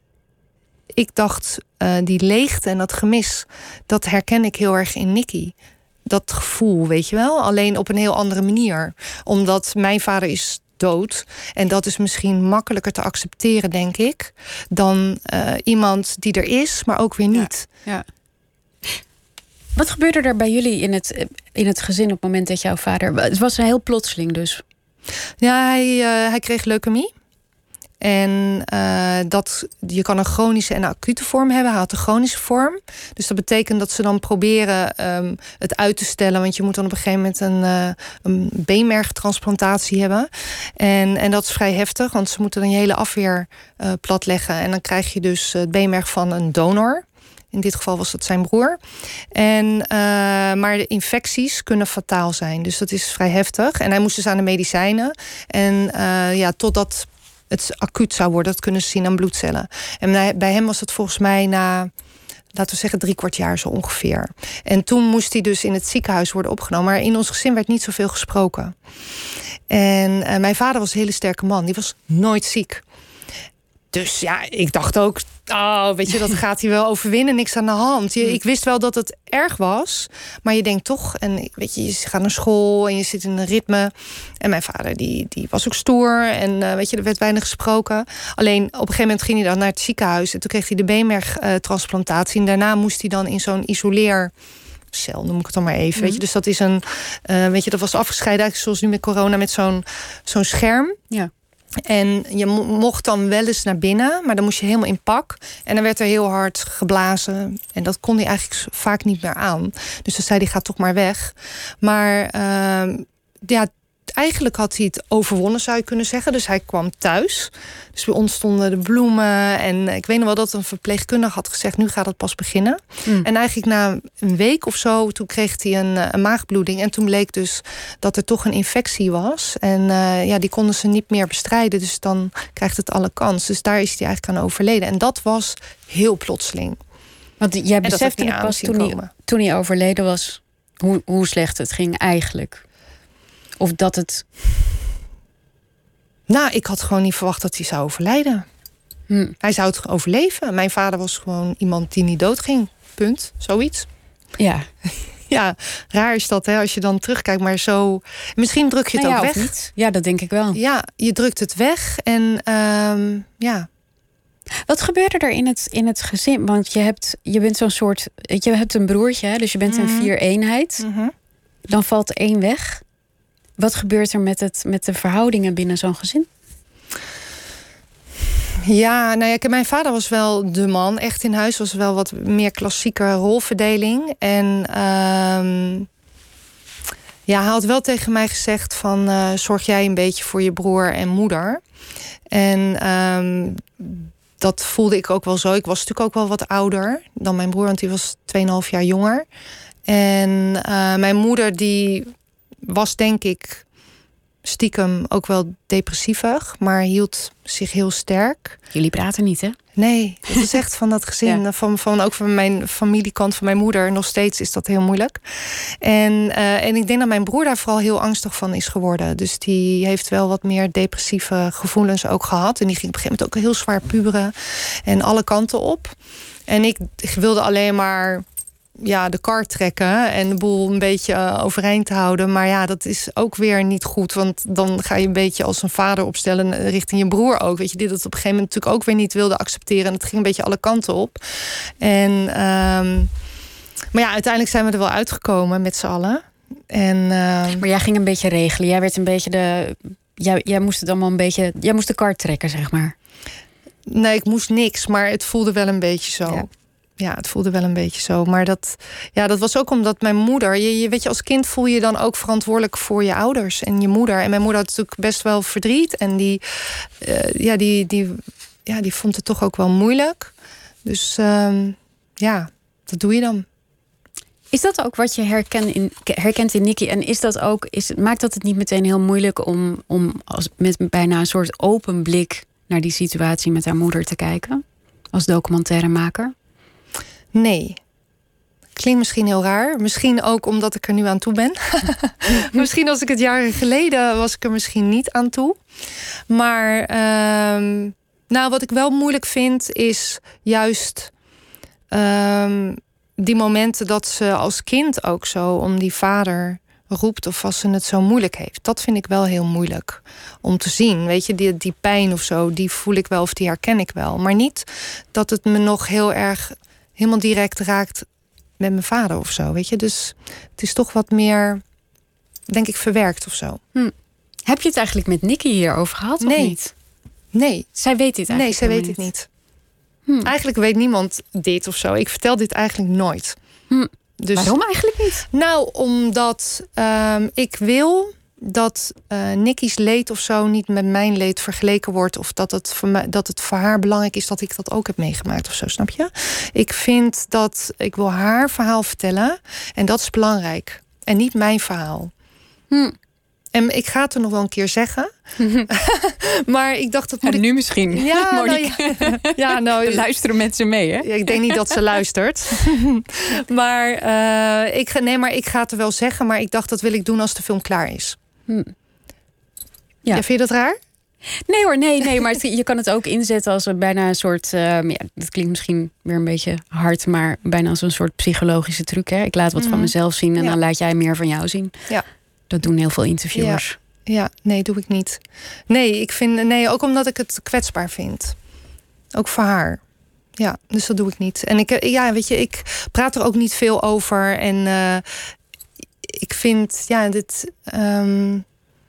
ik dacht, uh, die leegte en dat gemis, dat herken ik heel erg in Nicky. Dat gevoel, weet je wel. Alleen op een heel andere manier. Omdat mijn vader is dood. En dat is misschien makkelijker te accepteren, denk ik, dan uh, iemand die er is, maar ook weer niet. Ja, ja. Wat gebeurde er bij jullie in het, in het gezin op het moment dat jouw vader... Het was een heel plotseling dus. Ja, hij, uh, hij kreeg leukemie. En uh, dat, je kan een chronische en een acute vorm hebben. Hij had een chronische vorm. Dus dat betekent dat ze dan proberen um, het uit te stellen. Want je moet dan op een gegeven moment een, uh, een beenmergtransplantatie hebben. En, en dat is vrij heftig. Want ze moeten dan je hele afweer uh, platleggen. En dan krijg je dus het beenmerg van een donor. In dit geval was dat zijn broer. En, uh, maar de infecties kunnen fataal zijn. Dus dat is vrij heftig. En hij moest dus aan de medicijnen. En uh, ja, totdat het acuut zou worden, dat kunnen ze zien aan bloedcellen. En bij hem was het volgens mij na, laten we zeggen, drie kwart jaar zo ongeveer. En toen moest hij dus in het ziekenhuis worden opgenomen. Maar in ons gezin werd niet zoveel gesproken. En uh, mijn vader was een hele sterke man. Die was nooit ziek. Dus ja, ik dacht ook, oh, weet je, dat gaat hij wel overwinnen, niks aan de hand. Je, ik wist wel dat het erg was, maar je denkt toch, en weet je, je gaat naar school en je zit in een ritme. En mijn vader, die, die was ook stoer en uh, weet je, er werd weinig gesproken. Alleen op een gegeven moment ging hij dan naar het ziekenhuis en toen kreeg hij de beenmergtransplantatie. En daarna moest hij dan in zo'n isoleercel, noem ik het dan maar even. Mm-hmm. Weet je, dus dat is een, uh, weet je, dat was afgescheiden eigenlijk zoals nu met corona met zo'n, zo'n scherm. Ja. En je mocht dan wel eens naar binnen, maar dan moest je helemaal in pak. En dan werd er heel hard geblazen. En dat kon hij eigenlijk vaak niet meer aan. Dus dan zei hij, ga toch maar weg. Maar uh, ja, eigenlijk had hij het overwonnen, zou je kunnen zeggen. Dus hij kwam thuis. Dus bij ons stonden de bloemen. En ik weet nog wel dat een verpleegkundige had gezegd, nu gaat het pas beginnen. Mm. En eigenlijk na een week of zo, toen kreeg hij een, een maagbloeding. En toen bleek dus dat er toch een infectie was. En uh, ja, die konden ze niet meer bestrijden. Dus dan krijgt het alle kans. Dus daar is hij eigenlijk aan overleden. En dat was heel plotseling. Want jij besefte het pas toen hij, toen hij overleden was, hoe, hoe slecht het ging eigenlijk. Of dat het... Nou, ik had gewoon niet verwacht dat hij zou overlijden. Hm. Hij zou het overleven. Mijn vader was gewoon iemand die niet doodging. Punt. Zoiets. Ja. Ja, raar is dat, hè, als je dan terugkijkt. Maar zo... Misschien druk je het nou ook ja, weg. Niet. Ja, dat denk ik wel. Ja, je drukt het weg. En um, ja... Wat gebeurde er in het, in het gezin? Want je, hebt, je bent zo'n soort... Je hebt een broertje, hè? Dus je bent mm-hmm. een vier-eenheid. Mm-hmm. Dan valt één weg. Wat gebeurt er met, het, met de verhoudingen binnen zo'n gezin? Ja, nou ja, mijn vader was wel de man. Echt in huis was wel wat meer klassieke rolverdeling. En um, ja, hij had wel tegen mij gezegd van... Uh, zorg jij een beetje voor je broer en moeder. En um, dat voelde ik ook wel zo. Ik was natuurlijk ook wel wat ouder dan mijn broer, want die was tweeënhalf jaar jonger. En uh, mijn moeder die... was denk ik stiekem ook wel depressievig, maar hield zich heel sterk. Jullie praten niet, hè? Nee, het is echt van dat gezin. Ja. van, van ook van mijn familiekant van mijn moeder. Nog steeds is dat heel moeilijk. En, uh, en ik denk dat mijn broer daar vooral heel angstig van is geworden. Dus die heeft wel wat meer depressieve gevoelens ook gehad. En die ging op een gegeven moment ook heel zwaar puberen. En alle kanten op. En ik, ik wilde alleen maar... ja, de kar trekken en de boel een beetje overeind te houden. Maar ja, dat is ook weer niet goed. Want dan ga je een beetje als een vader opstellen richting je broer ook. Weet je, die dat op een gegeven moment natuurlijk ook weer niet wilde accepteren. En het ging een beetje alle kanten op. En, um, maar ja, uiteindelijk zijn we er wel uitgekomen met z'n allen. En, uh, maar jij ging een beetje regelen. Jij werd een beetje de... Jij, jij moest het allemaal een beetje... Jij moest de kar trekken, zeg maar. Nee, ik moest niks. Maar het voelde wel een beetje zo. Ja. Ja, het voelde wel een beetje zo. Maar dat, ja, dat was ook omdat mijn moeder... Je, je, weet je, als kind voel je dan ook verantwoordelijk voor je ouders en je moeder. En mijn moeder had natuurlijk best wel verdriet. En die, uh, ja, die, die, ja, die vond het toch ook wel moeilijk. Dus um, ja, dat doe je dan. Is dat ook wat je herkent in, herkent in Nikki? En is dat ook, is, maakt dat het niet meteen heel moeilijk... om, om als, met bijna een soort open blik naar die situatie met haar moeder te kijken? Als documentairemaker? Nee. Klinkt misschien heel raar. Misschien ook omdat ik er nu aan toe ben. Misschien als ik het jaren geleden was ik er misschien niet aan toe. Maar um, nou, wat ik wel moeilijk vind is juist um, die momenten dat ze als kind ook zo om die vader roept of als ze het zo moeilijk heeft. Dat vind ik wel heel moeilijk om te zien. Weet je, die, die pijn of zo, die voel ik wel of die herken ik wel. Maar niet dat het me nog heel erg... helemaal direct raakt met mijn vader of zo, weet je. Dus het is toch wat meer, denk ik, verwerkt of zo. Hm. Heb je het eigenlijk met Nikki hierover gehad nee. of niet? Nee. Zij weet dit eigenlijk Nee, zij weet niet. het niet. Hm. Eigenlijk weet niemand dit of zo. Ik vertel dit eigenlijk nooit. Hm. Dus, waarom eigenlijk niet? Nou, omdat um, ik wil... dat uh, Nikki's leed of zo niet met mijn leed vergeleken wordt... of dat het, voor mij, dat het voor haar belangrijk is dat ik dat ook heb meegemaakt of zo, snap je? Ik vind dat ik wil haar verhaal vertellen en dat is belangrijk. En niet mijn verhaal. Hm. En ik ga het er nog wel een keer zeggen. Maar ik dacht dat moet en ik... nu misschien. Ja, nou, ja, ja, nou, er luisteren mensen mee, hè? Ja, ik denk niet dat ze luistert. maar, uh, ik, nee, maar ik ga het er wel zeggen. Maar ik dacht dat wil ik doen als de film klaar is. Hm. Ja. Ja, vind je dat raar? Nee hoor, nee, nee. Maar het, je kan het ook inzetten als een bijna een soort... Uh, ja, dat klinkt misschien weer een beetje hard... maar bijna als een soort psychologische truc. Hè? Ik laat wat mm. van mezelf zien en ja. dan laat jij meer van jou zien. Ja. Dat doen heel veel interviewers. Ja, ja nee, doe ik niet. Nee, ik vind, nee, ook omdat ik het kwetsbaar vind. Ook voor haar. Ja, dus dat doe ik niet. En ik, ja, weet je, ik praat er ook niet veel over. En uh, ik vind, ja, dit... Um,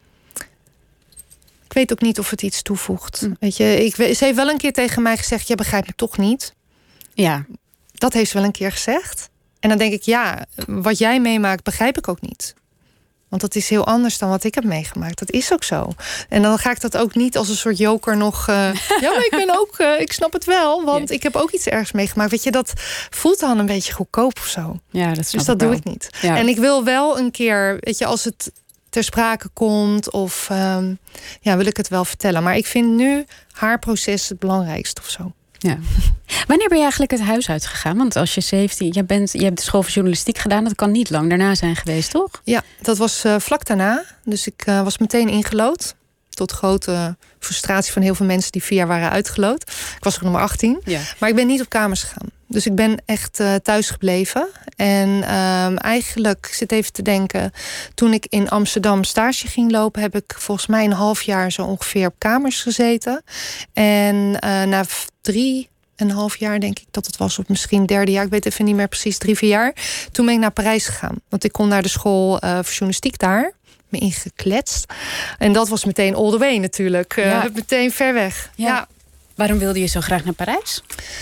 ik weet ook niet of het iets toevoegt. Mm. Weet je, ik, ze heeft wel een keer tegen mij gezegd... je begrijpt me toch niet. Ja. Dat heeft ze wel een keer gezegd. En dan denk ik, ja, wat jij meemaakt begrijp ik ook niet. Want dat is heel anders dan wat ik heb meegemaakt. Dat is ook zo. En dan ga ik dat ook niet als een soort joker nog... Uh, ja, maar ik ben ook... Uh, ik snap het wel, want ik heb ook iets ergs meegemaakt. Weet je, dat voelt dan een beetje goedkoop of zo. Ja, dat snap dus dat ik doe ik niet. Ja. En ik wil wel een keer, weet je, als het ter sprake komt... of um, ja, wil ik het wel vertellen. Maar ik vind nu haar proces het belangrijkste of zo. Ja. Wanneer ben je eigenlijk het huis uitgegaan? Want als je zeventien, je, bent, je hebt de school voor journalistiek gedaan... dat kan niet lang daarna zijn geweest, toch? Ja, dat was uh, vlak daarna. Dus ik uh, was meteen ingelood. Tot grote frustratie van heel veel mensen die vier jaar waren uitgelood. Ik was ook nog maar achttien. Ja. Maar ik ben niet op kamers gegaan. Dus ik ben echt uh, thuis gebleven. En um, eigenlijk, ik zit even te denken... toen ik in Amsterdam stage ging lopen... heb ik volgens mij een half jaar zo ongeveer op kamers gezeten. En uh, na drie... een half jaar denk ik dat het was, of misschien derde jaar, ik weet even niet meer precies, drie, vier jaar. Toen ben ik naar Parijs gegaan. Want ik kon naar de school uh, voor journalistiek daar. Me ingekletst. En dat was meteen all the way natuurlijk. Uh, ja. Meteen ver weg. Ja. Ja. Waarom wilde je zo graag naar Parijs?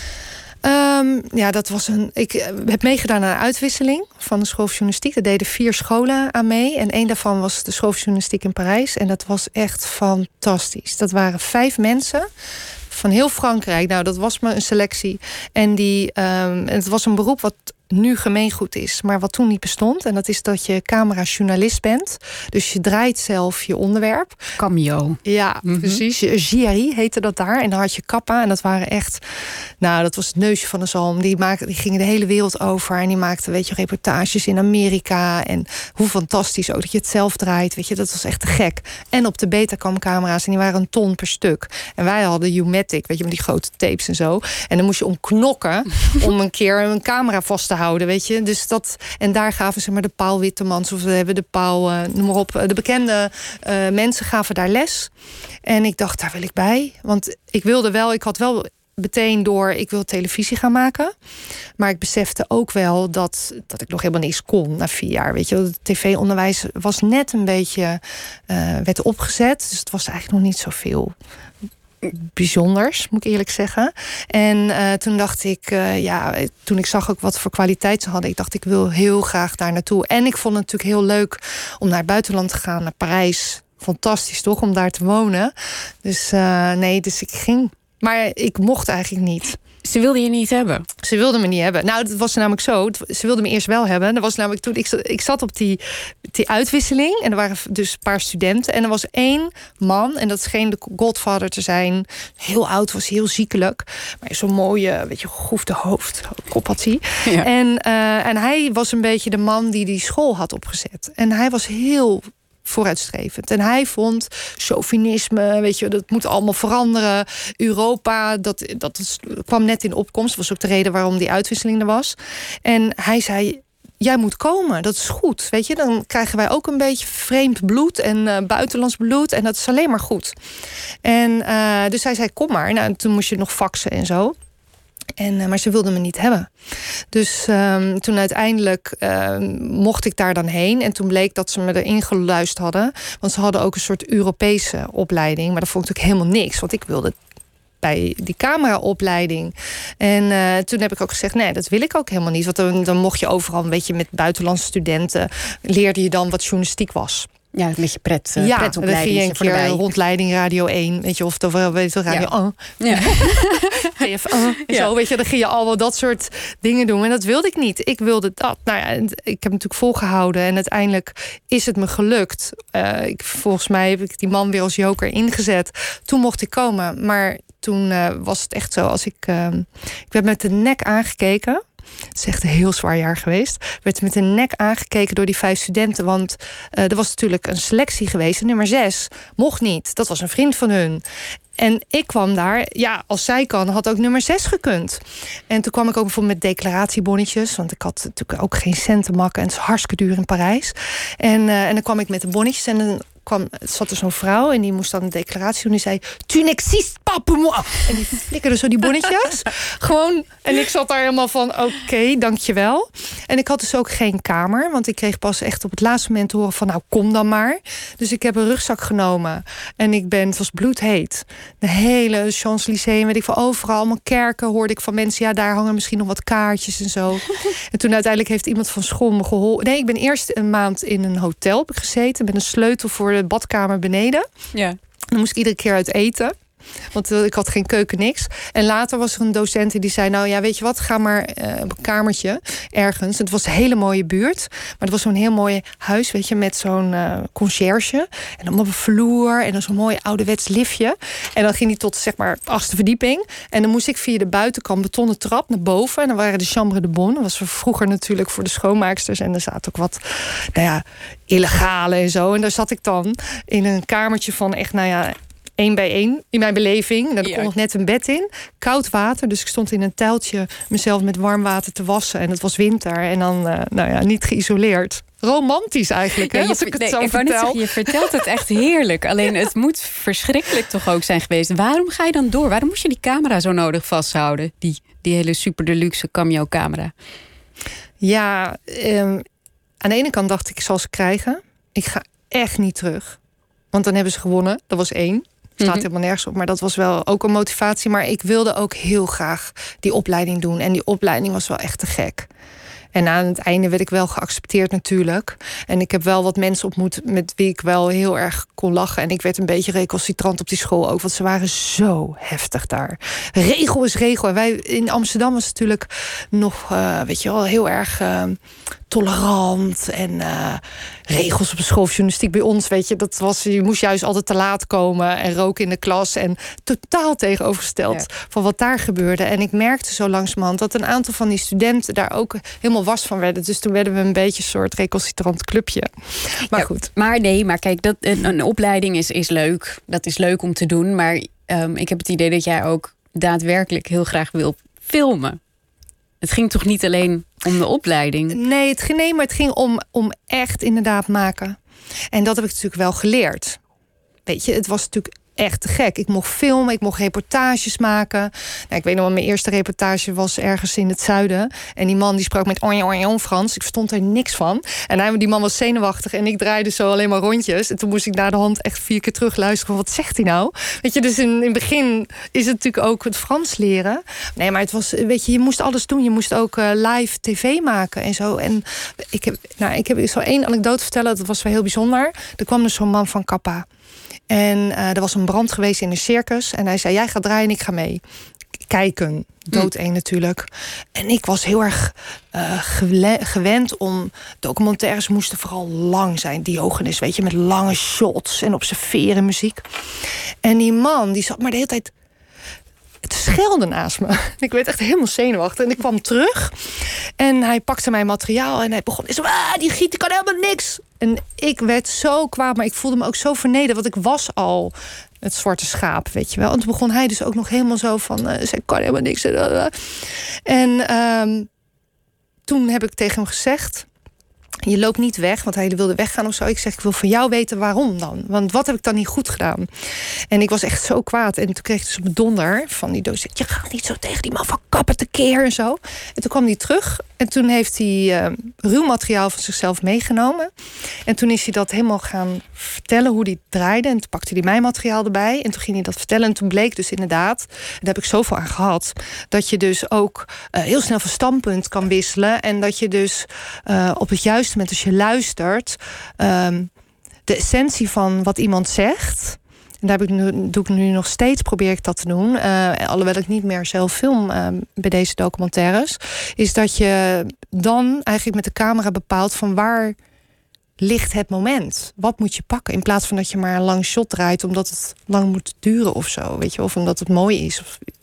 Um, ja, dat was een. Ik heb meegedaan aan een uitwisseling van de school voor journalistiek. Er deden vier scholen aan mee. En één daarvan was de school voor journalistiek in Parijs. En dat was echt fantastisch. Dat waren vijf mensen van heel Frankrijk. Nou, dat was maar een selectie. En die, um, en het was een beroep wat nu gemeengoed is, maar wat toen niet bestond. En dat is dat je camerajournalist bent. Dus je draait zelf je onderwerp. Cameo. Ja, mm-hmm. precies. J R I heette dat daar. En dan had je Kappa. En dat waren echt... Nou, dat was het neusje van de zalm. Die, maakte, die gingen de hele wereld over. En die maakten, weet je, reportages in Amerika. En hoe fantastisch ook dat je het zelf draait. Weet je, dat was echt te gek. En op de Betacam-camera's. En die waren een ton per stuk. En wij hadden U-Matic, weet je, met die grote tapes en zo. En dan moest je om knokken om een keer een camera vast te houden, weet je. Dus dat, en daar gaven ze maar de Paul Wittemans, of we hebben de Paul, uh, noem maar op, de bekende uh, mensen gaven daar les. En ik dacht, daar wil ik bij. Want ik wilde wel, ik had wel meteen door, ik wil televisie gaan maken. Maar ik besefte ook wel dat, dat ik nog helemaal niks kon na vier jaar. Weet je, het tv-onderwijs was net een beetje, uh, werd opgezet. Dus het was eigenlijk nog niet zoveel bijzonders, moet ik eerlijk zeggen. En uh, toen dacht ik, uh, ja, toen ik zag ook wat voor kwaliteit ze hadden, ik dacht, ik wil heel graag daar naartoe. En ik vond het natuurlijk heel leuk om naar het buitenland te gaan, naar Parijs. Fantastisch toch, om daar te wonen. Dus uh, nee, dus ik ging. Maar ik mocht eigenlijk niet. Ze wilde je niet hebben? Ze wilde me niet hebben. Nou, het was namelijk zo. Ze wilde me eerst wel hebben. Dat was namelijk toen ik, ik zat op die, die uitwisseling. En er waren dus een paar studenten. En er was één man. En dat scheen de godvader te zijn. Heel oud, was heel ziekelijk. Maar zo'n mooie, weet je, gegroefde hoofd. Kop had hij. Ja. En, uh, en hij was een beetje de man die die school had opgezet. En hij was heel vooruitstrevend. En hij vond chauvinisme, weet je, dat moet allemaal veranderen. Europa, dat, dat kwam net in opkomst. Dat was ook de reden waarom die uitwisseling er was. En hij zei, jij moet komen, dat is goed. Weet je, dan krijgen wij ook een beetje vreemd bloed en uh, buitenlands bloed. En dat is alleen maar goed. En uh, dus hij zei, kom maar. Nou, toen moest je nog faxen en zo. En, uh, maar ze wilden me niet hebben. Dus um, toen uiteindelijk uh, mocht ik daar dan heen. En toen bleek dat ze me erin geluisterd hadden. Want ze hadden ook een soort Europese opleiding. Maar dat vond ik natuurlijk helemaal niks. Want ik wilde bij die cameraopleiding. En uh, toen heb ik ook gezegd, nee, dat wil ik ook helemaal niet. Want dan, dan mocht je overal een beetje met buitenlandse studenten, leerde je dan wat journalistiek was. Ja, een beetje pret, uh, ja, pretopleiding. Dan ging je een keer rondleiding Radio één. Weet je, of het wel weet je, Radio ja. oh. Ja. G F oh, ja. Zo, weet je, dan ging je al wel dat soort dingen doen. En dat wilde ik niet. Ik wilde dat. Nou ja, ik heb natuurlijk volgehouden. En uiteindelijk is het me gelukt. Uh, ik, volgens mij heb ik die man weer als joker ingezet. Toen mocht ik komen. Maar toen uh, was het echt zo als ik... Uh, ik werd met de nek aangekeken. Het is echt een heel zwaar jaar geweest. Werd met een nek aangekeken door die vijf studenten. Want uh, er was natuurlijk een selectie geweest. En nummer zes mocht niet. Dat was een vriend van hun. En ik kwam daar, ja, als zij kan, had ook nummer zes gekund. En toen kwam ik ook bijvoorbeeld met declaratiebonnetjes. Want ik had natuurlijk ook geen cent te makken. En het is hartstikke duur in Parijs. En, uh, en dan kwam ik met de bonnetjes. En dan kwam, zat er zo'n vrouw en die moest dan een declaratie doen. Die zei, tu n'existes pas pour moi. En die flikkerde zo die bonnetjes. Gewoon, en ik zat daar helemaal van, oké, okay, dankjewel. En ik had dus ook geen kamer. Want ik kreeg pas echt op het laatste moment te horen van, nou, kom dan maar. Dus ik heb een rugzak genomen. En ik ben, het was bloedheet. De hele Champs-Élysées, weet ik van overal, allemaal kerken, hoorde ik van mensen, ja, daar hangen misschien nog wat kaartjes en zo. En toen uiteindelijk heeft iemand van school me geholpen. Nee, ik ben eerst een maand in een hotel heb ik gezeten met een sleutel voor de badkamer beneden. Ja. Dan moest ik iedere keer uit eten. Want ik had geen keuken, niks. En later was er een docent die zei, nou ja, weet je wat, ga maar uh, op een kamertje ergens. Het was een hele mooie buurt. Maar het was zo'n heel mooi huis, weet je, met zo'n uh, conciërge. En dan op een vloer en dan zo'n mooi ouderwets liftje. En dan ging hij tot, zeg maar, achtste verdieping. En dan moest ik via de buitenkant betonnen trap naar boven. En dan waren de chambre de bonne. Dat was vroeger natuurlijk voor de schoonmaaksters. En er zaten ook wat, nou ja, illegale en zo. En daar zat ik dan in een kamertje van echt, nou ja, één bij één in mijn beleving. Daar ja. kon nog net een bed in. Koud water. Dus ik stond in een tuiltje mezelf met warm water te wassen. En het was winter. En dan, uh, nou ja, niet geïsoleerd. Romantisch eigenlijk, hè, ja, je, als ik het nee, zo ik vertel. Zeggen, je vertelt het echt heerlijk. Alleen het moet verschrikkelijk toch ook zijn geweest. Waarom ga je dan door? Waarom moest je die camera zo nodig vasthouden? Die, die hele super deluxe cameo camera. Ja, um, aan de ene kant dacht ik, ik zal ze krijgen. Ik ga echt niet terug. Want dan hebben ze gewonnen. Dat was één. Staat mm-hmm. helemaal nergens op. Maar dat was wel ook een motivatie. Maar ik wilde ook heel graag die opleiding doen. En die opleiding was wel echt te gek. En aan het einde werd ik wel geaccepteerd natuurlijk. En ik heb wel wat mensen ontmoet met wie ik wel heel erg kon lachen. En ik werd een beetje recalcitrant op die school ook. Want ze waren zo heftig daar. Regel is regel. En wij in Amsterdam was het natuurlijk nog, uh, weet je wel, heel erg Uh, tolerant en uh, regels op de school, journalistiek bij ons, weet je, dat was, je moest juist altijd te laat komen en roken in de klas en totaal tegenovergesteld ja. van wat daar gebeurde. En ik merkte zo langzamerhand dat een aantal van die studenten daar ook helemaal was van werden. Dus toen werden we een beetje een soort recalcitrant clubje. Maar ja, goed. Maar nee, maar kijk, dat, een, een opleiding is, is leuk. Dat is leuk om te doen, maar um, ik heb het idee dat jij ook daadwerkelijk heel graag wil filmen. Het ging toch niet alleen om de opleiding? Nee, het ging, nee maar het ging om, om echt inderdaad maken. En dat heb ik natuurlijk wel geleerd. Weet je, het was natuurlijk echt te gek. Ik mocht filmen, ik mocht reportages maken. Nou, ik weet nog wel, mijn eerste reportage was ergens in het zuiden. En die man die sprak met onje, onje, on Frans. Ik verstond er niks van. En hij, die man was zenuwachtig en ik draaide zo alleen maar rondjes. En toen moest ik naar de hand echt vier keer terug luisteren. Wat zegt hij nou? Weet je, dus in, in het begin is het natuurlijk ook het Frans leren. Nee, maar het was, weet je, je moest alles doen. Je moest ook uh, live tv maken en zo. En ik heb, nou, ik heb ik zal één anekdote vertellen. Dat was wel heel bijzonder. Er kwam dus zo'n man van Kappa. En uh, er was een brand geweest in een circus. En hij zei, jij gaat draaien en ik ga mee. Kijken. Doodeng natuurlijk. En ik was heel erg uh, gewend om... documentaires moesten vooral lang zijn. Diogenes, weet je, met lange shots en observeren muziek. En die man, die zat maar de hele tijd te schelden naast me. Ik werd echt helemaal zenuwachtig. En ik kwam terug. En hij pakte mijn materiaal. En hij begon, zo, ah, die giet, die kan helemaal niks. En ik werd zo kwaad, maar ik voelde me ook zo vernederd. Want ik was al het zwarte schaap, weet je wel. En toen begon hij dus ook nog helemaal zo van, uh, zij kan helemaal niks. En um, toen heb ik tegen hem gezegd, je loopt niet weg, want hij wilde weggaan of zo. Ik zeg, ik wil van jou weten waarom dan. Want wat heb ik dan niet goed gedaan? En ik was echt zo kwaad. En toen kreeg ik dus op mijn donder van die docent, je gaat niet zo tegen die man van Kappa tekeer en zo. En toen kwam hij terug. En toen heeft hij uh, ruw materiaal van zichzelf meegenomen. En toen is hij dat helemaal gaan vertellen hoe hij draaide. En toen pakte hij mijn materiaal erbij. En toen ging hij dat vertellen. En toen bleek dus inderdaad, daar heb ik zoveel aan gehad, dat je dus ook uh, heel snel van standpunt kan wisselen. En dat je dus uh, op het juiste moment, als je luistert, um, de essentie van wat iemand zegt. En daar heb ik nu, doe ik nu nog steeds, probeer ik dat te doen. Uh, alhoewel ik niet meer zelf film uh, bij deze documentaires. Is dat je dan eigenlijk met de camera bepaalt van waar ligt het moment? Wat moet je pakken? In plaats van dat je maar een lang shot draait omdat het lang moet duren of zo. Weet je, of omdat het mooi is. Of,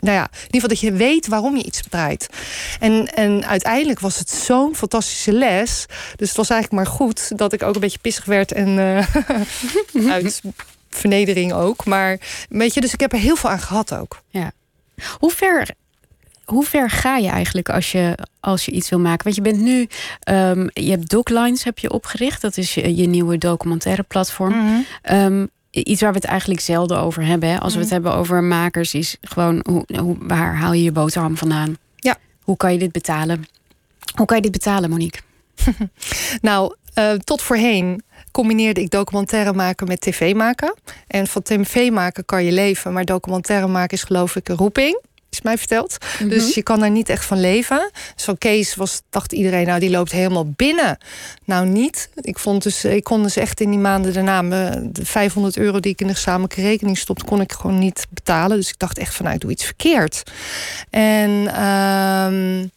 nou ja, in ieder geval dat je weet waarom je iets draait. En, en uiteindelijk was het zo'n fantastische les. Dus het was eigenlijk maar goed dat ik ook een beetje pissig werd. En uh, uit vernedering ook. Maar weet je, dus ik heb er heel veel aan gehad ook. Ja. Hoe ver... Hoe ver ga je eigenlijk als je, als je iets wil maken? Want je bent nu... Um, je hebt Doclines heb je opgericht. Dat is je, je nieuwe documentaire platform. Mm-hmm. Um, iets waar we het eigenlijk zelden over hebben. Hè? Als mm-hmm. we het hebben over makers... is gewoon, hoe, hoe, waar haal je je boterham vandaan? Ja. Hoe kan je dit betalen? Hoe kan je dit betalen, Monique? nou, uh, tot voorheen combineerde ik documentaire maken met tv maken. En van tv maken kan je leven. Maar documentaire maken is geloof ik een roeping. Is mij verteld. Mm-hmm. Dus je kan er niet echt van leven. Dus van Kees was, dacht iedereen, nou die loopt helemaal binnen. Nou niet. Ik vond dus, ik kon dus echt in die maanden daarna de vijfhonderd euro die ik in de gezamenlijke rekening stopte, kon ik gewoon niet betalen. Dus ik dacht echt van, nou ik doe iets verkeerd. En um,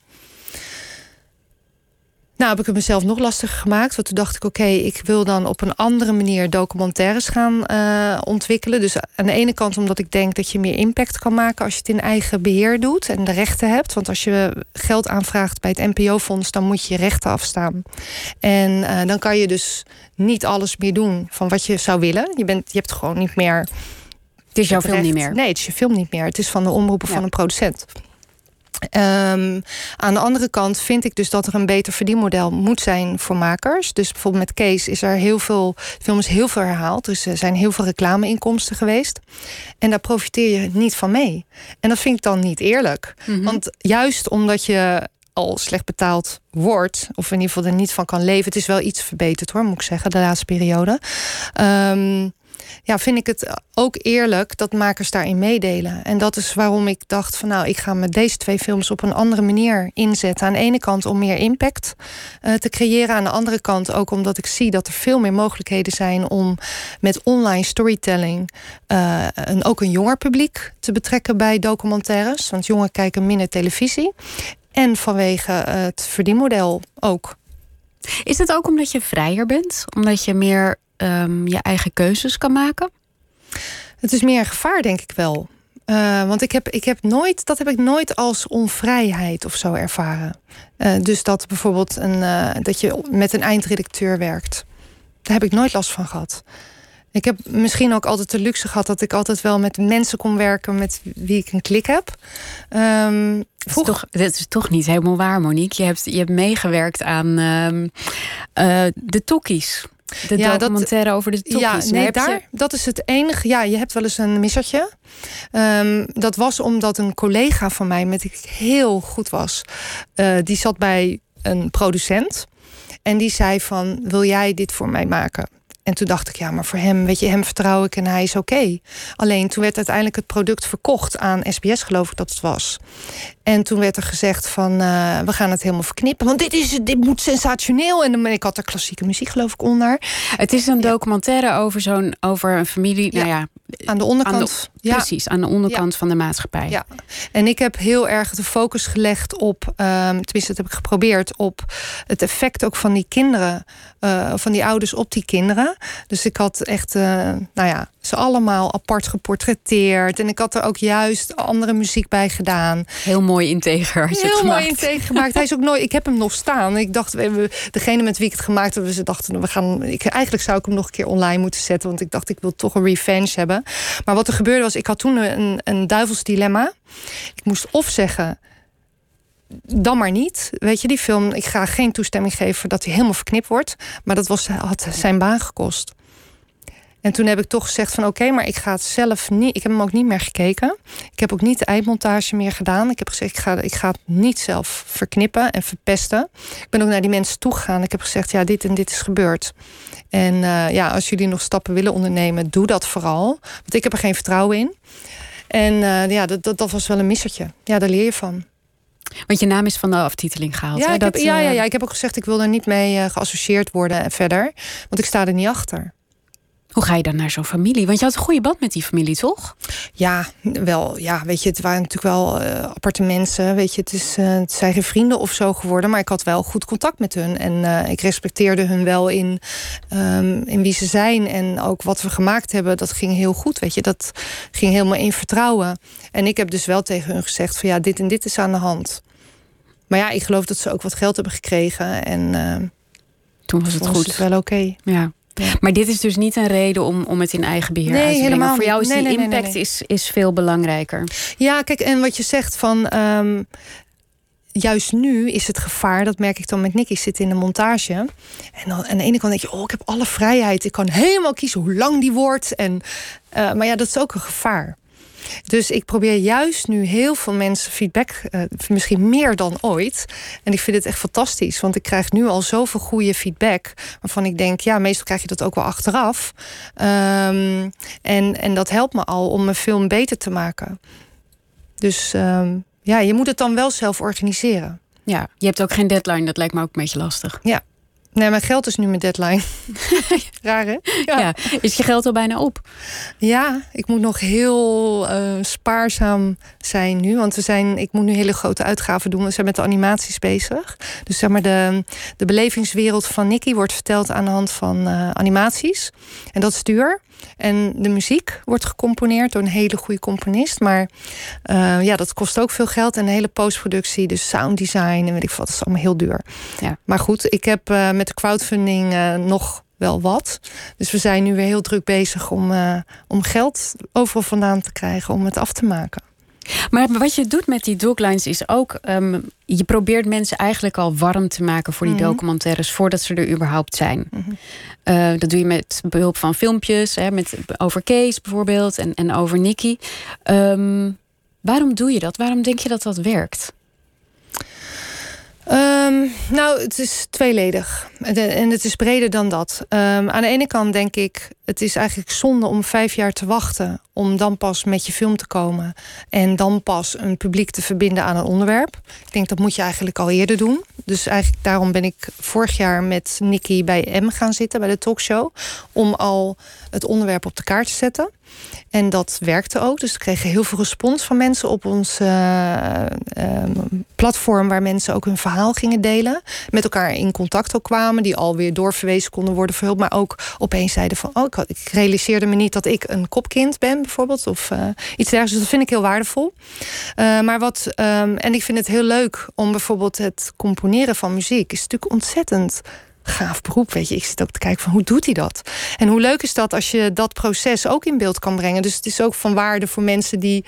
nou heb ik het mezelf nog lastiger gemaakt. Want toen dacht ik, oké, okay, ik wil dan op een andere manier documentaires gaan uh, ontwikkelen. Dus aan de ene kant omdat ik denk dat je meer impact kan maken als je het in eigen beheer doet en de rechten hebt. Want als je geld aanvraagt bij het N P O-fonds, dan moet je je rechten afstaan. En uh, dan kan je dus niet alles meer doen van wat je zou willen. Je, bent, je hebt gewoon niet meer... Het is jouw film niet meer. Nee, het is je film niet meer. Het is van de omroep of ja. van een producent. Um, aan de andere kant vind ik dus dat er een beter verdienmodel moet zijn voor makers. Dus bijvoorbeeld met Kees is er heel veel, de film is heel veel herhaald. Dus er zijn heel veel reclameinkomsten geweest. En daar profiteer je niet van mee. En dat vind ik dan niet eerlijk. Mm-hmm. Want juist omdat je al slecht betaald wordt, of in ieder geval er niet van kan leven. Het is wel iets verbeterd hoor, moet ik zeggen, de laatste periode. Um, Ja, vind ik het ook eerlijk dat makers daarin meedelen. En dat is waarom ik dacht van nou, ik ga met deze twee films op een andere manier inzetten. Aan de ene kant om meer impact uh, te creëren. Aan de andere kant ook omdat ik zie dat er veel meer mogelijkheden zijn om met online storytelling uh, een, ook een jonger publiek te betrekken bij documentaires. Want jongeren kijken minder televisie. En vanwege uh, het verdienmodel ook. Is het ook omdat je vrijer bent? Omdat je meer Um, je eigen keuzes kan maken? Het is meer een gevaar, denk ik wel. Uh, want ik heb, ik heb nooit, dat heb ik nooit als onvrijheid of zo ervaren. Uh, dus dat bijvoorbeeld een, uh, dat je met een eindredacteur werkt. Daar heb ik nooit last van gehad. Ik heb misschien ook altijd de luxe gehad dat ik altijd wel met mensen kon werken met wie ik een klik heb. Um, dat, is toch, dat is toch niet helemaal waar, Monique. Je hebt, je hebt meegewerkt aan um, uh, de Tokkies. De ja, documentaire dat, over de Tokkies. Ja, nee, daar, je... dat is het enige. Ja, je hebt wel eens een missertje. Um, dat was omdat een collega van mij, met wie ik heel goed was, uh, die zat bij een producent. En die zei van, wil jij dit voor mij maken? En toen dacht ik, ja, maar voor hem, weet je, hem vertrouw ik en hij is oké. Okay. Alleen toen werd uiteindelijk het product verkocht aan S B S, geloof ik dat het was. En toen werd er gezegd van, uh, we gaan het helemaal verknippen. Want dit, is, dit moet sensationeel. En ik had er klassieke muziek, geloof ik, onder. Het is een documentaire ja. over zo'n over een familie. Ja. Nou ja, aan de onderkant. Aan de, ja. Precies, aan de onderkant ja. van de maatschappij. Ja. En ik heb heel erg de focus gelegd op, um, tenminste dat heb ik geprobeerd, op het effect ook van die kinderen, uh, van die ouders op die kinderen. Dus ik had echt, uh, nou ja, ze allemaal apart geportretteerd. En ik had er ook juist andere muziek bij gedaan. Heel mooi integer had je Heel het gemaakt. mooi integer gemaakt. Hij is ook nooit. Ik heb hem nog staan. Ik dacht, we, degene met wie ik het gemaakt heb, ze dachten, we gaan. Ik, eigenlijk zou ik hem nog een keer online moeten zetten, want ik dacht, ik wil toch een revenge hebben. Maar wat er gebeurde was, ik had toen een, een duivels dilemma. Ik moest of zeggen, dan maar niet. Weet je, die film, ik ga geen toestemming geven dat hij helemaal verknipt wordt. Maar dat was, had zijn baan gekost. En toen heb ik toch gezegd van oké, okay, maar ik ga het zelf niet. Ik heb hem ook niet meer gekeken. Ik heb ook niet de eindmontage meer gedaan. Ik heb gezegd, ik ga, ik ga het niet zelf verknippen en verpesten. Ik ben ook naar die mensen toegegaan. Ik heb gezegd, ja, dit en dit is gebeurd. En uh, ja, als jullie nog stappen willen ondernemen, doe dat vooral. Want ik heb er geen vertrouwen in. En uh, ja, dat, dat, dat was wel een missertje. Ja, daar leer je van. Want je naam is van de aftiteling gehaald. Ja, hè? ik heb, dat, ja, ja, ja, ik heb ook gezegd, ik wil er niet mee uh, geassocieerd worden en verder. Want ik sta er niet achter. Hoe ga je dan naar zo'n familie? Want je had een goede band met die familie, toch? Ja, wel. Ja, weet je, het waren natuurlijk wel uh, aparte mensen. Weet je, het, is, uh, het zijn geen vrienden of zo geworden. Maar ik had wel goed contact met hun. En uh, ik respecteerde hun wel in, um, in wie ze zijn. En ook wat we gemaakt hebben, dat ging heel goed. Weet je, dat ging helemaal in vertrouwen. En ik heb dus wel tegen hun gezegd van ja, dit en dit is aan de hand. Maar ja, ik geloof dat ze ook wat geld hebben gekregen. En uh, toen was het goed. Was het wel oké. Okay. Ja. Ja. Maar dit is dus niet een reden om, om het in eigen beheer nee, uit te brengen. Voor jou is nee, die nee, nee, impact nee, nee. Is, is veel belangrijker. Ja, kijk, en wat je zegt van... Um, juist nu is het gevaar, dat merk ik dan met Nicky, zit in de montage. En dan aan de ene kant denk je, oh, ik heb alle vrijheid. Ik kan helemaal kiezen hoe lang die wordt. En, uh, maar ja, dat is ook een gevaar. Dus ik probeer juist nu heel veel mensen feedback, uh, misschien meer dan ooit. En ik vind het echt fantastisch, want ik krijg nu al zoveel goede feedback, waarvan ik denk, ja, meestal krijg je dat ook wel achteraf. Um, en, en dat helpt me al om mijn film beter te maken. Dus um, ja, je moet het dan wel zelf organiseren. Ja, je hebt ook geen deadline, dat lijkt me ook een beetje lastig. Ja. Nee, mijn geld is nu mijn deadline. Raar, hè? Ja. Ja. Is je geld al bijna op? Ja, ik moet nog heel uh, spaarzaam zijn nu. Want we zijn, ik moet nu hele grote uitgaven doen. We zijn met de animaties bezig. Dus zeg maar de, de belevingswereld van Nicky wordt verteld aan de hand van uh, animaties. En dat is duur. En de muziek wordt gecomponeerd door een hele goede componist. Maar uh, ja, dat kost ook veel geld. En de hele postproductie, dus sounddesign en weet ik wat, dat is allemaal heel duur. Ja. Maar goed, ik heb uh, met de crowdfunding uh, nog wel wat. Dus we zijn nu weer heel druk bezig om, uh, om geld overal vandaan te krijgen om het af te maken. Maar wat je doet met die doglines is ook... Um, je probeert mensen eigenlijk al warm te maken voor die mm-hmm. documentaires voordat ze er überhaupt zijn. Mm-hmm. Uh, dat doe je met behulp van filmpjes, hè, met, over Kees bijvoorbeeld en, en over Nicky. Um, waarom doe je dat? Waarom denk je dat dat werkt? Um, nou, het is tweeledig. En het is breder dan dat. Um, aan de ene kant denk ik, het is eigenlijk zonde om vijf jaar te wachten om dan pas met je film te komen en dan pas een publiek te verbinden aan een onderwerp. Ik denk dat moet je eigenlijk al eerder doen. Dus eigenlijk daarom ben ik vorig jaar met Nicky bij M gaan zitten, bij de talkshow, om al het onderwerp op de kaart te zetten. En dat werkte ook. Dus we kregen heel veel respons van mensen op ons uh, uh, platform, waar mensen ook hun verhaal gingen delen. Met elkaar in contact ook kwamen, die alweer doorverwezen konden worden voor hulp. Maar ook opeens zeiden van, oh, ik, had, ik realiseerde me niet dat ik een kopkind ben, bijvoorbeeld. Of uh, iets dergelijks. Dus dat vind ik heel waardevol. Uh, maar wat, um, en ik vind het heel leuk om bijvoorbeeld het componeren van muziek. Is natuurlijk ontzettend gaaf beroep, weet je. Ik zit ook te kijken van, hoe doet hij dat? En hoe leuk is dat als je dat proces ook in beeld kan brengen? Dus het is ook van waarde voor mensen die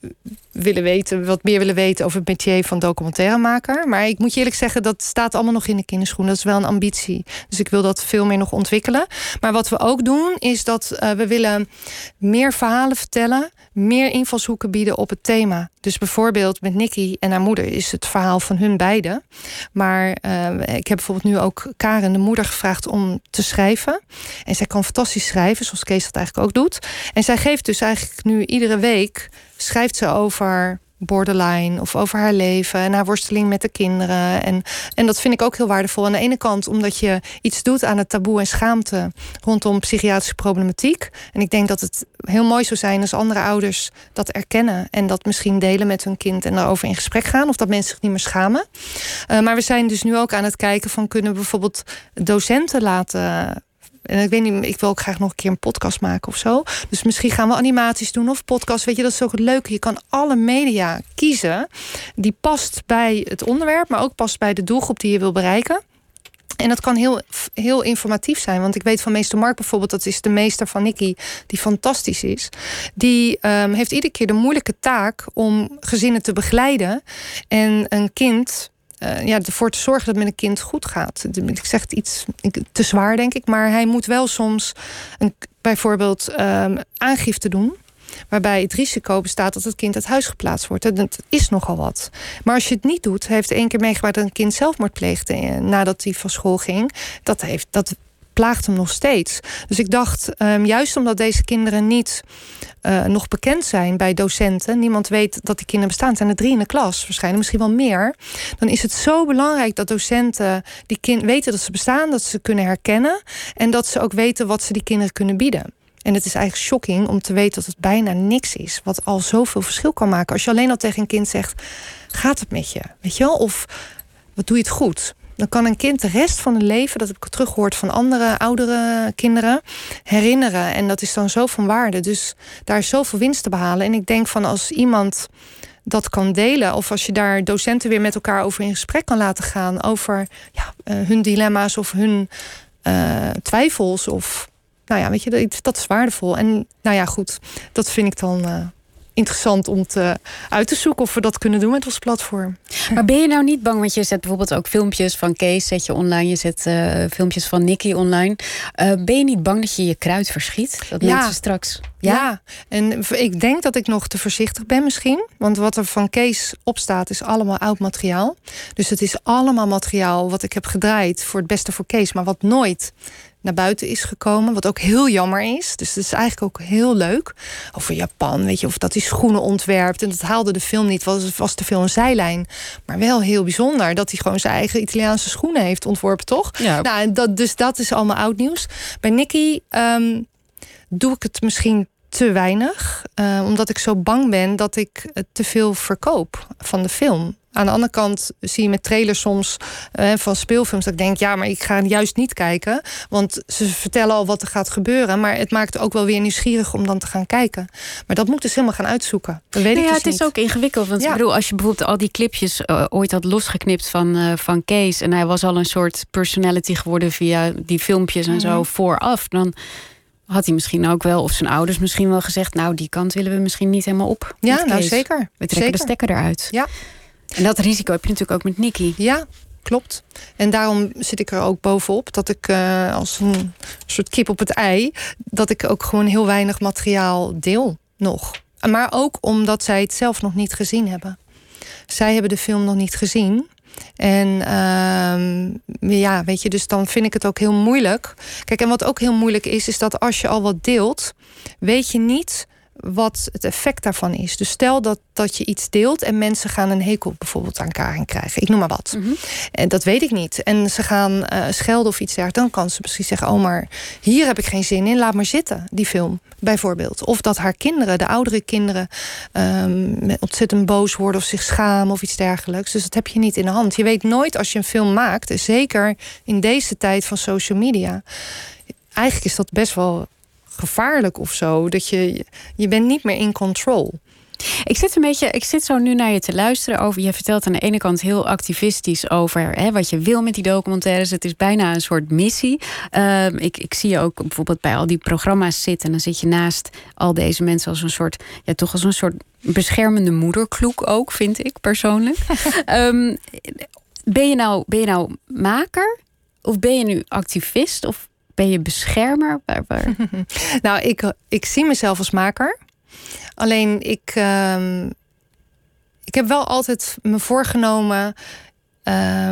willen weten, wat meer willen weten over het métier van documentairemaker. Maar ik moet je eerlijk zeggen, dat staat allemaal nog in de kinderschoenen. Dat is wel een ambitie. Dus ik wil dat veel meer nog ontwikkelen. Maar wat we ook doen, is dat uh, we willen meer verhalen vertellen, meer invalshoeken bieden op het thema. Dus bijvoorbeeld met Nicky en haar moeder is het verhaal van hun beiden. Maar uh, ik heb bijvoorbeeld nu ook Karen, de moeder, gevraagd om te schrijven. En zij kan fantastisch schrijven, zoals Kees dat eigenlijk ook doet. En zij geeft dus eigenlijk nu iedere week, schrijft ze over borderline of over haar leven en haar worsteling met de kinderen. En, en dat vind ik ook heel waardevol. Aan de ene kant omdat je iets doet aan het taboe en schaamte rondom psychiatrische problematiek. En ik denk dat het heel mooi zou zijn als andere ouders dat erkennen en dat misschien delen met hun kind en daarover in gesprek gaan, of dat mensen zich niet meer schamen. Uh, maar we zijn dus nu ook aan het kijken van, kunnen we bijvoorbeeld docenten laten. En ik weet niet, ik wil ook graag nog een keer een podcast maken of zo. Dus misschien gaan we animaties doen of podcasts. Weet je, dat is ook het leuke. Je kan alle media kiezen die past bij het onderwerp, maar ook past bij de doelgroep die je wil bereiken. En dat kan heel, heel informatief zijn. Want ik weet van meester Mark bijvoorbeeld, dat is de meester van Nicky, die fantastisch is. Die um, heeft iedere keer de moeilijke taak om gezinnen te begeleiden en een kind Uh, ja, ervoor te zorgen dat het met een kind goed gaat. Ik zeg het iets te zwaar, denk ik. Maar hij moet wel soms een, bijvoorbeeld um, aangifte doen, waarbij het risico bestaat dat het kind uit huis geplaatst wordt. Dat is nogal wat. Maar als je het niet doet, heeft één keer meegemaakt dat een kind zelfmoord pleegde nadat hij van school ging. Dat heeft dat plaagt hem nog steeds. Dus ik dacht, um, juist omdat deze kinderen niet uh, nog bekend zijn bij docenten. Niemand weet dat die kinderen bestaan. Het zijn er drie in de klas, waarschijnlijk misschien wel meer. Dan is het zo belangrijk dat docenten die kind weten dat ze bestaan, dat ze kunnen herkennen en dat ze ook weten wat ze die kinderen kunnen bieden. En het is eigenlijk shocking om te weten dat het bijna niks is, wat al zoveel verschil kan maken. Als je alleen al tegen een kind zegt, gaat het met je? Weet je wel? Of wat doe je het goed? Dan kan een kind de rest van het leven, dat heb ik teruggehoord van andere oudere kinderen, herinneren. En dat is dan zo van waarde. Dus daar is zoveel winst te behalen. En ik denk van als iemand dat kan delen, of als je daar docenten weer met elkaar over in gesprek kan laten gaan, over ja, uh, hun dilemma's of hun uh, twijfels. Of nou ja, weet je, dat, dat is waardevol. En nou ja, goed, dat vind ik dan Uh, interessant om te, uit te zoeken of we dat kunnen doen met ons platform. Maar ben je nou niet bang, want je zet bijvoorbeeld ook filmpjes van Kees, zet je online, je zet uh, filmpjes van Nicky online. Uh, ben je niet bang dat je je kruid verschiet? Dat ja. mensen straks... Ja? ja, en ik denk dat ik nog te voorzichtig ben misschien. Want wat er van Kees op staat is allemaal oud materiaal. Dus het is allemaal materiaal wat ik heb gedraaid voor het beste voor Kees, maar wat nooit naar buiten is gekomen, wat ook heel jammer is. Dus het is eigenlijk ook heel leuk. Over Japan, weet je, of dat hij schoenen ontwerpt. En dat haalde de film niet, was, was te veel een zijlijn. Maar wel heel bijzonder dat hij gewoon zijn eigen Italiaanse schoenen heeft ontworpen, toch? Ja. Nou, dat, dus dat is allemaal oud nieuws. Bij Nicky um, doe ik het misschien te weinig. Uh, omdat ik zo bang ben dat ik te veel verkoop van de film. Aan de andere kant zie je met trailers soms uh, van speelfilms dat ik denk, ja, maar ik ga juist niet kijken. Want ze vertellen al wat er gaat gebeuren. Maar het maakt ook wel weer nieuwsgierig om dan te gaan kijken. Maar dat moet ik dus helemaal gaan uitzoeken. Dat weet nou ik ja, dus het niet. is ook ingewikkeld. Want ja. ik bedoel, als je bijvoorbeeld al die clipjes uh, ooit had losgeknipt van, uh, van Kees. En hij was al een soort personality geworden via die filmpjes en mm-hmm. zo vooraf. Dan had hij misschien ook wel, of zijn ouders misschien wel gezegd, nou, die kant willen we misschien niet helemaal op. Ja, nou zeker. We trekken zeker. de stekker eruit. Ja. En dat risico heb je natuurlijk ook met Nicky. Ja, klopt. En daarom zit ik er ook bovenop. Dat ik uh, als een soort kip op het ei, dat ik ook gewoon heel weinig materiaal deel nog. Maar ook omdat zij het zelf nog niet gezien hebben. Zij hebben de film nog niet gezien. En uh, ja, weet je, dus dan vind ik het ook heel moeilijk. Kijk, en wat ook heel moeilijk is, is dat als je al wat deelt, weet je niet wat het effect daarvan is. Dus stel dat, dat je iets deelt en mensen gaan een hekel bijvoorbeeld aan Karin krijgen. Ik noem maar wat. Mm-hmm. En dat weet ik niet. En ze gaan uh, schelden of iets dergelijks. Dan kan ze misschien zeggen, oh, maar hier heb ik geen zin in. Laat maar zitten, die film, bijvoorbeeld. Of dat haar kinderen, de oudere kinderen, um, ontzettend boos worden of zich schamen of iets dergelijks. Dus dat heb je niet in de hand. Je weet nooit als je een film maakt, zeker in deze tijd van social media. Eigenlijk is dat best wel gevaarlijk of zo. Dat je, je bent niet meer in control. Ik zit een beetje, ik zit zo nu naar je te luisteren over. Je vertelt aan de ene kant heel activistisch over hè, wat je wil met die documentaires. Het is bijna een soort missie. Uh, ik, ik zie je ook bijvoorbeeld bij al die programma's zitten. En dan zit je naast al deze mensen als een soort, ja, toch als een soort beschermende moederkloek ook, vind ik persoonlijk. um, ben je nou, ben je nou maker? Of ben je nu activist? Of ben je beschermer? Waar, waar? Nou, ik, ik zie mezelf als maker. Alleen ik, uh, ik heb wel altijd me voorgenomen uh,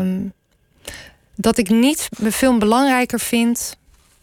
dat ik niet mijn film belangrijker vind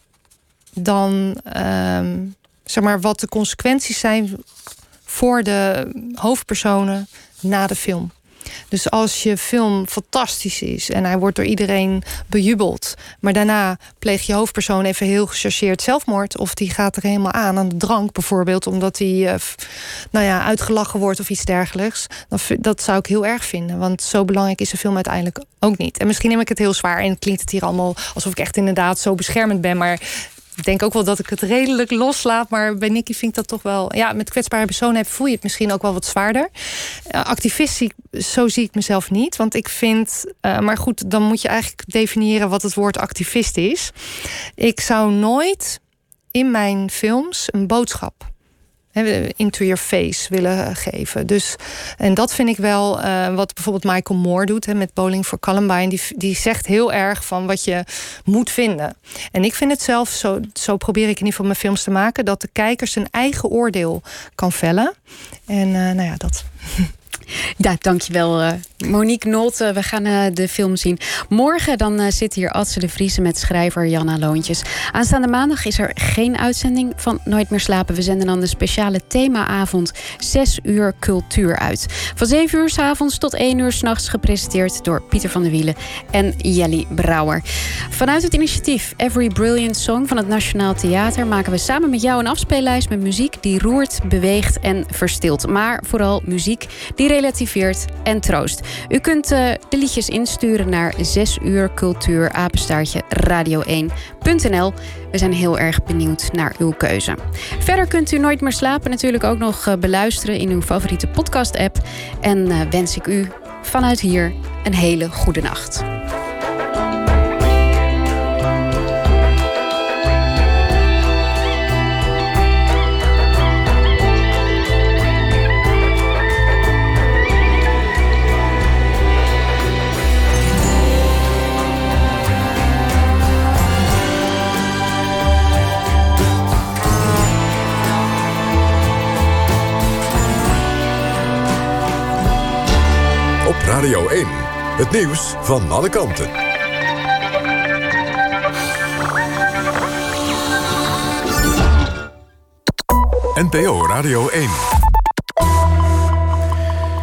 dan uh, zeg maar wat de consequenties zijn voor de hoofdpersonen na de film. Dus als je film fantastisch is en hij wordt door iedereen bejubeld, maar daarna pleegt je hoofdpersoon even heel gechargeerd zelfmoord, of die gaat er helemaal aan aan de drank bijvoorbeeld, omdat hij uh, nou ja, uitgelachen wordt of iets dergelijks, dan, dat zou ik heel erg vinden. Want zo belangrijk is de film uiteindelijk ook niet. En misschien neem ik het heel zwaar en klinkt het hier allemaal alsof ik echt inderdaad zo beschermend ben, maar ik denk ook wel dat ik het redelijk loslaat. Maar bij Nicky vind ik dat toch wel, ja, met kwetsbare personen heb, voel je het misschien ook wel wat zwaarder. Uh, activist, zie ik, zo zie ik mezelf niet. Want ik vind, uh, maar goed, dan moet je eigenlijk definiëren wat het woord activist is. Ik zou nooit in mijn films een boodschap into your face willen geven. Dus, en dat vind ik wel uh, wat bijvoorbeeld Michael Moore doet hè, met Bowling for Columbine. Die, die zegt heel erg van wat je moet vinden. En ik vind het zelf, zo, zo probeer ik in ieder geval mijn films te maken, dat de kijker zijn eigen oordeel kan vellen. En uh, nou ja, dat. Ja, dankjewel uh, Monique Nolte. We gaan uh, de film zien. Morgen dan uh, zit hier Adse de Vriese met schrijver Janna Loontjes. Aanstaande maandag is er geen uitzending van Nooit meer slapen. We zenden dan de speciale themaavond zes uur cultuur uit. Van zeven uur 's avonds tot één uur 's nachts, gepresenteerd door Pieter van der Wielen en Jelly Brouwer. Vanuit het initiatief Every Brilliant Song van het Nationaal Theater maken we samen met jou een afspeellijst met muziek die roert, beweegt en verstilt. Maar vooral muziek die relativeert en troost. U kunt uh, de liedjes insturen naar zes uur cultuur apenstaartje radio één punt n l. We zijn heel erg benieuwd naar uw keuze. Verder kunt u Nooit meer slapen natuurlijk ook nog uh, beluisteren in uw favoriete podcast-app. En uh, wens ik u vanuit hier een hele goede nacht. Radio één, het nieuws van alle kanten. N P O Radio één.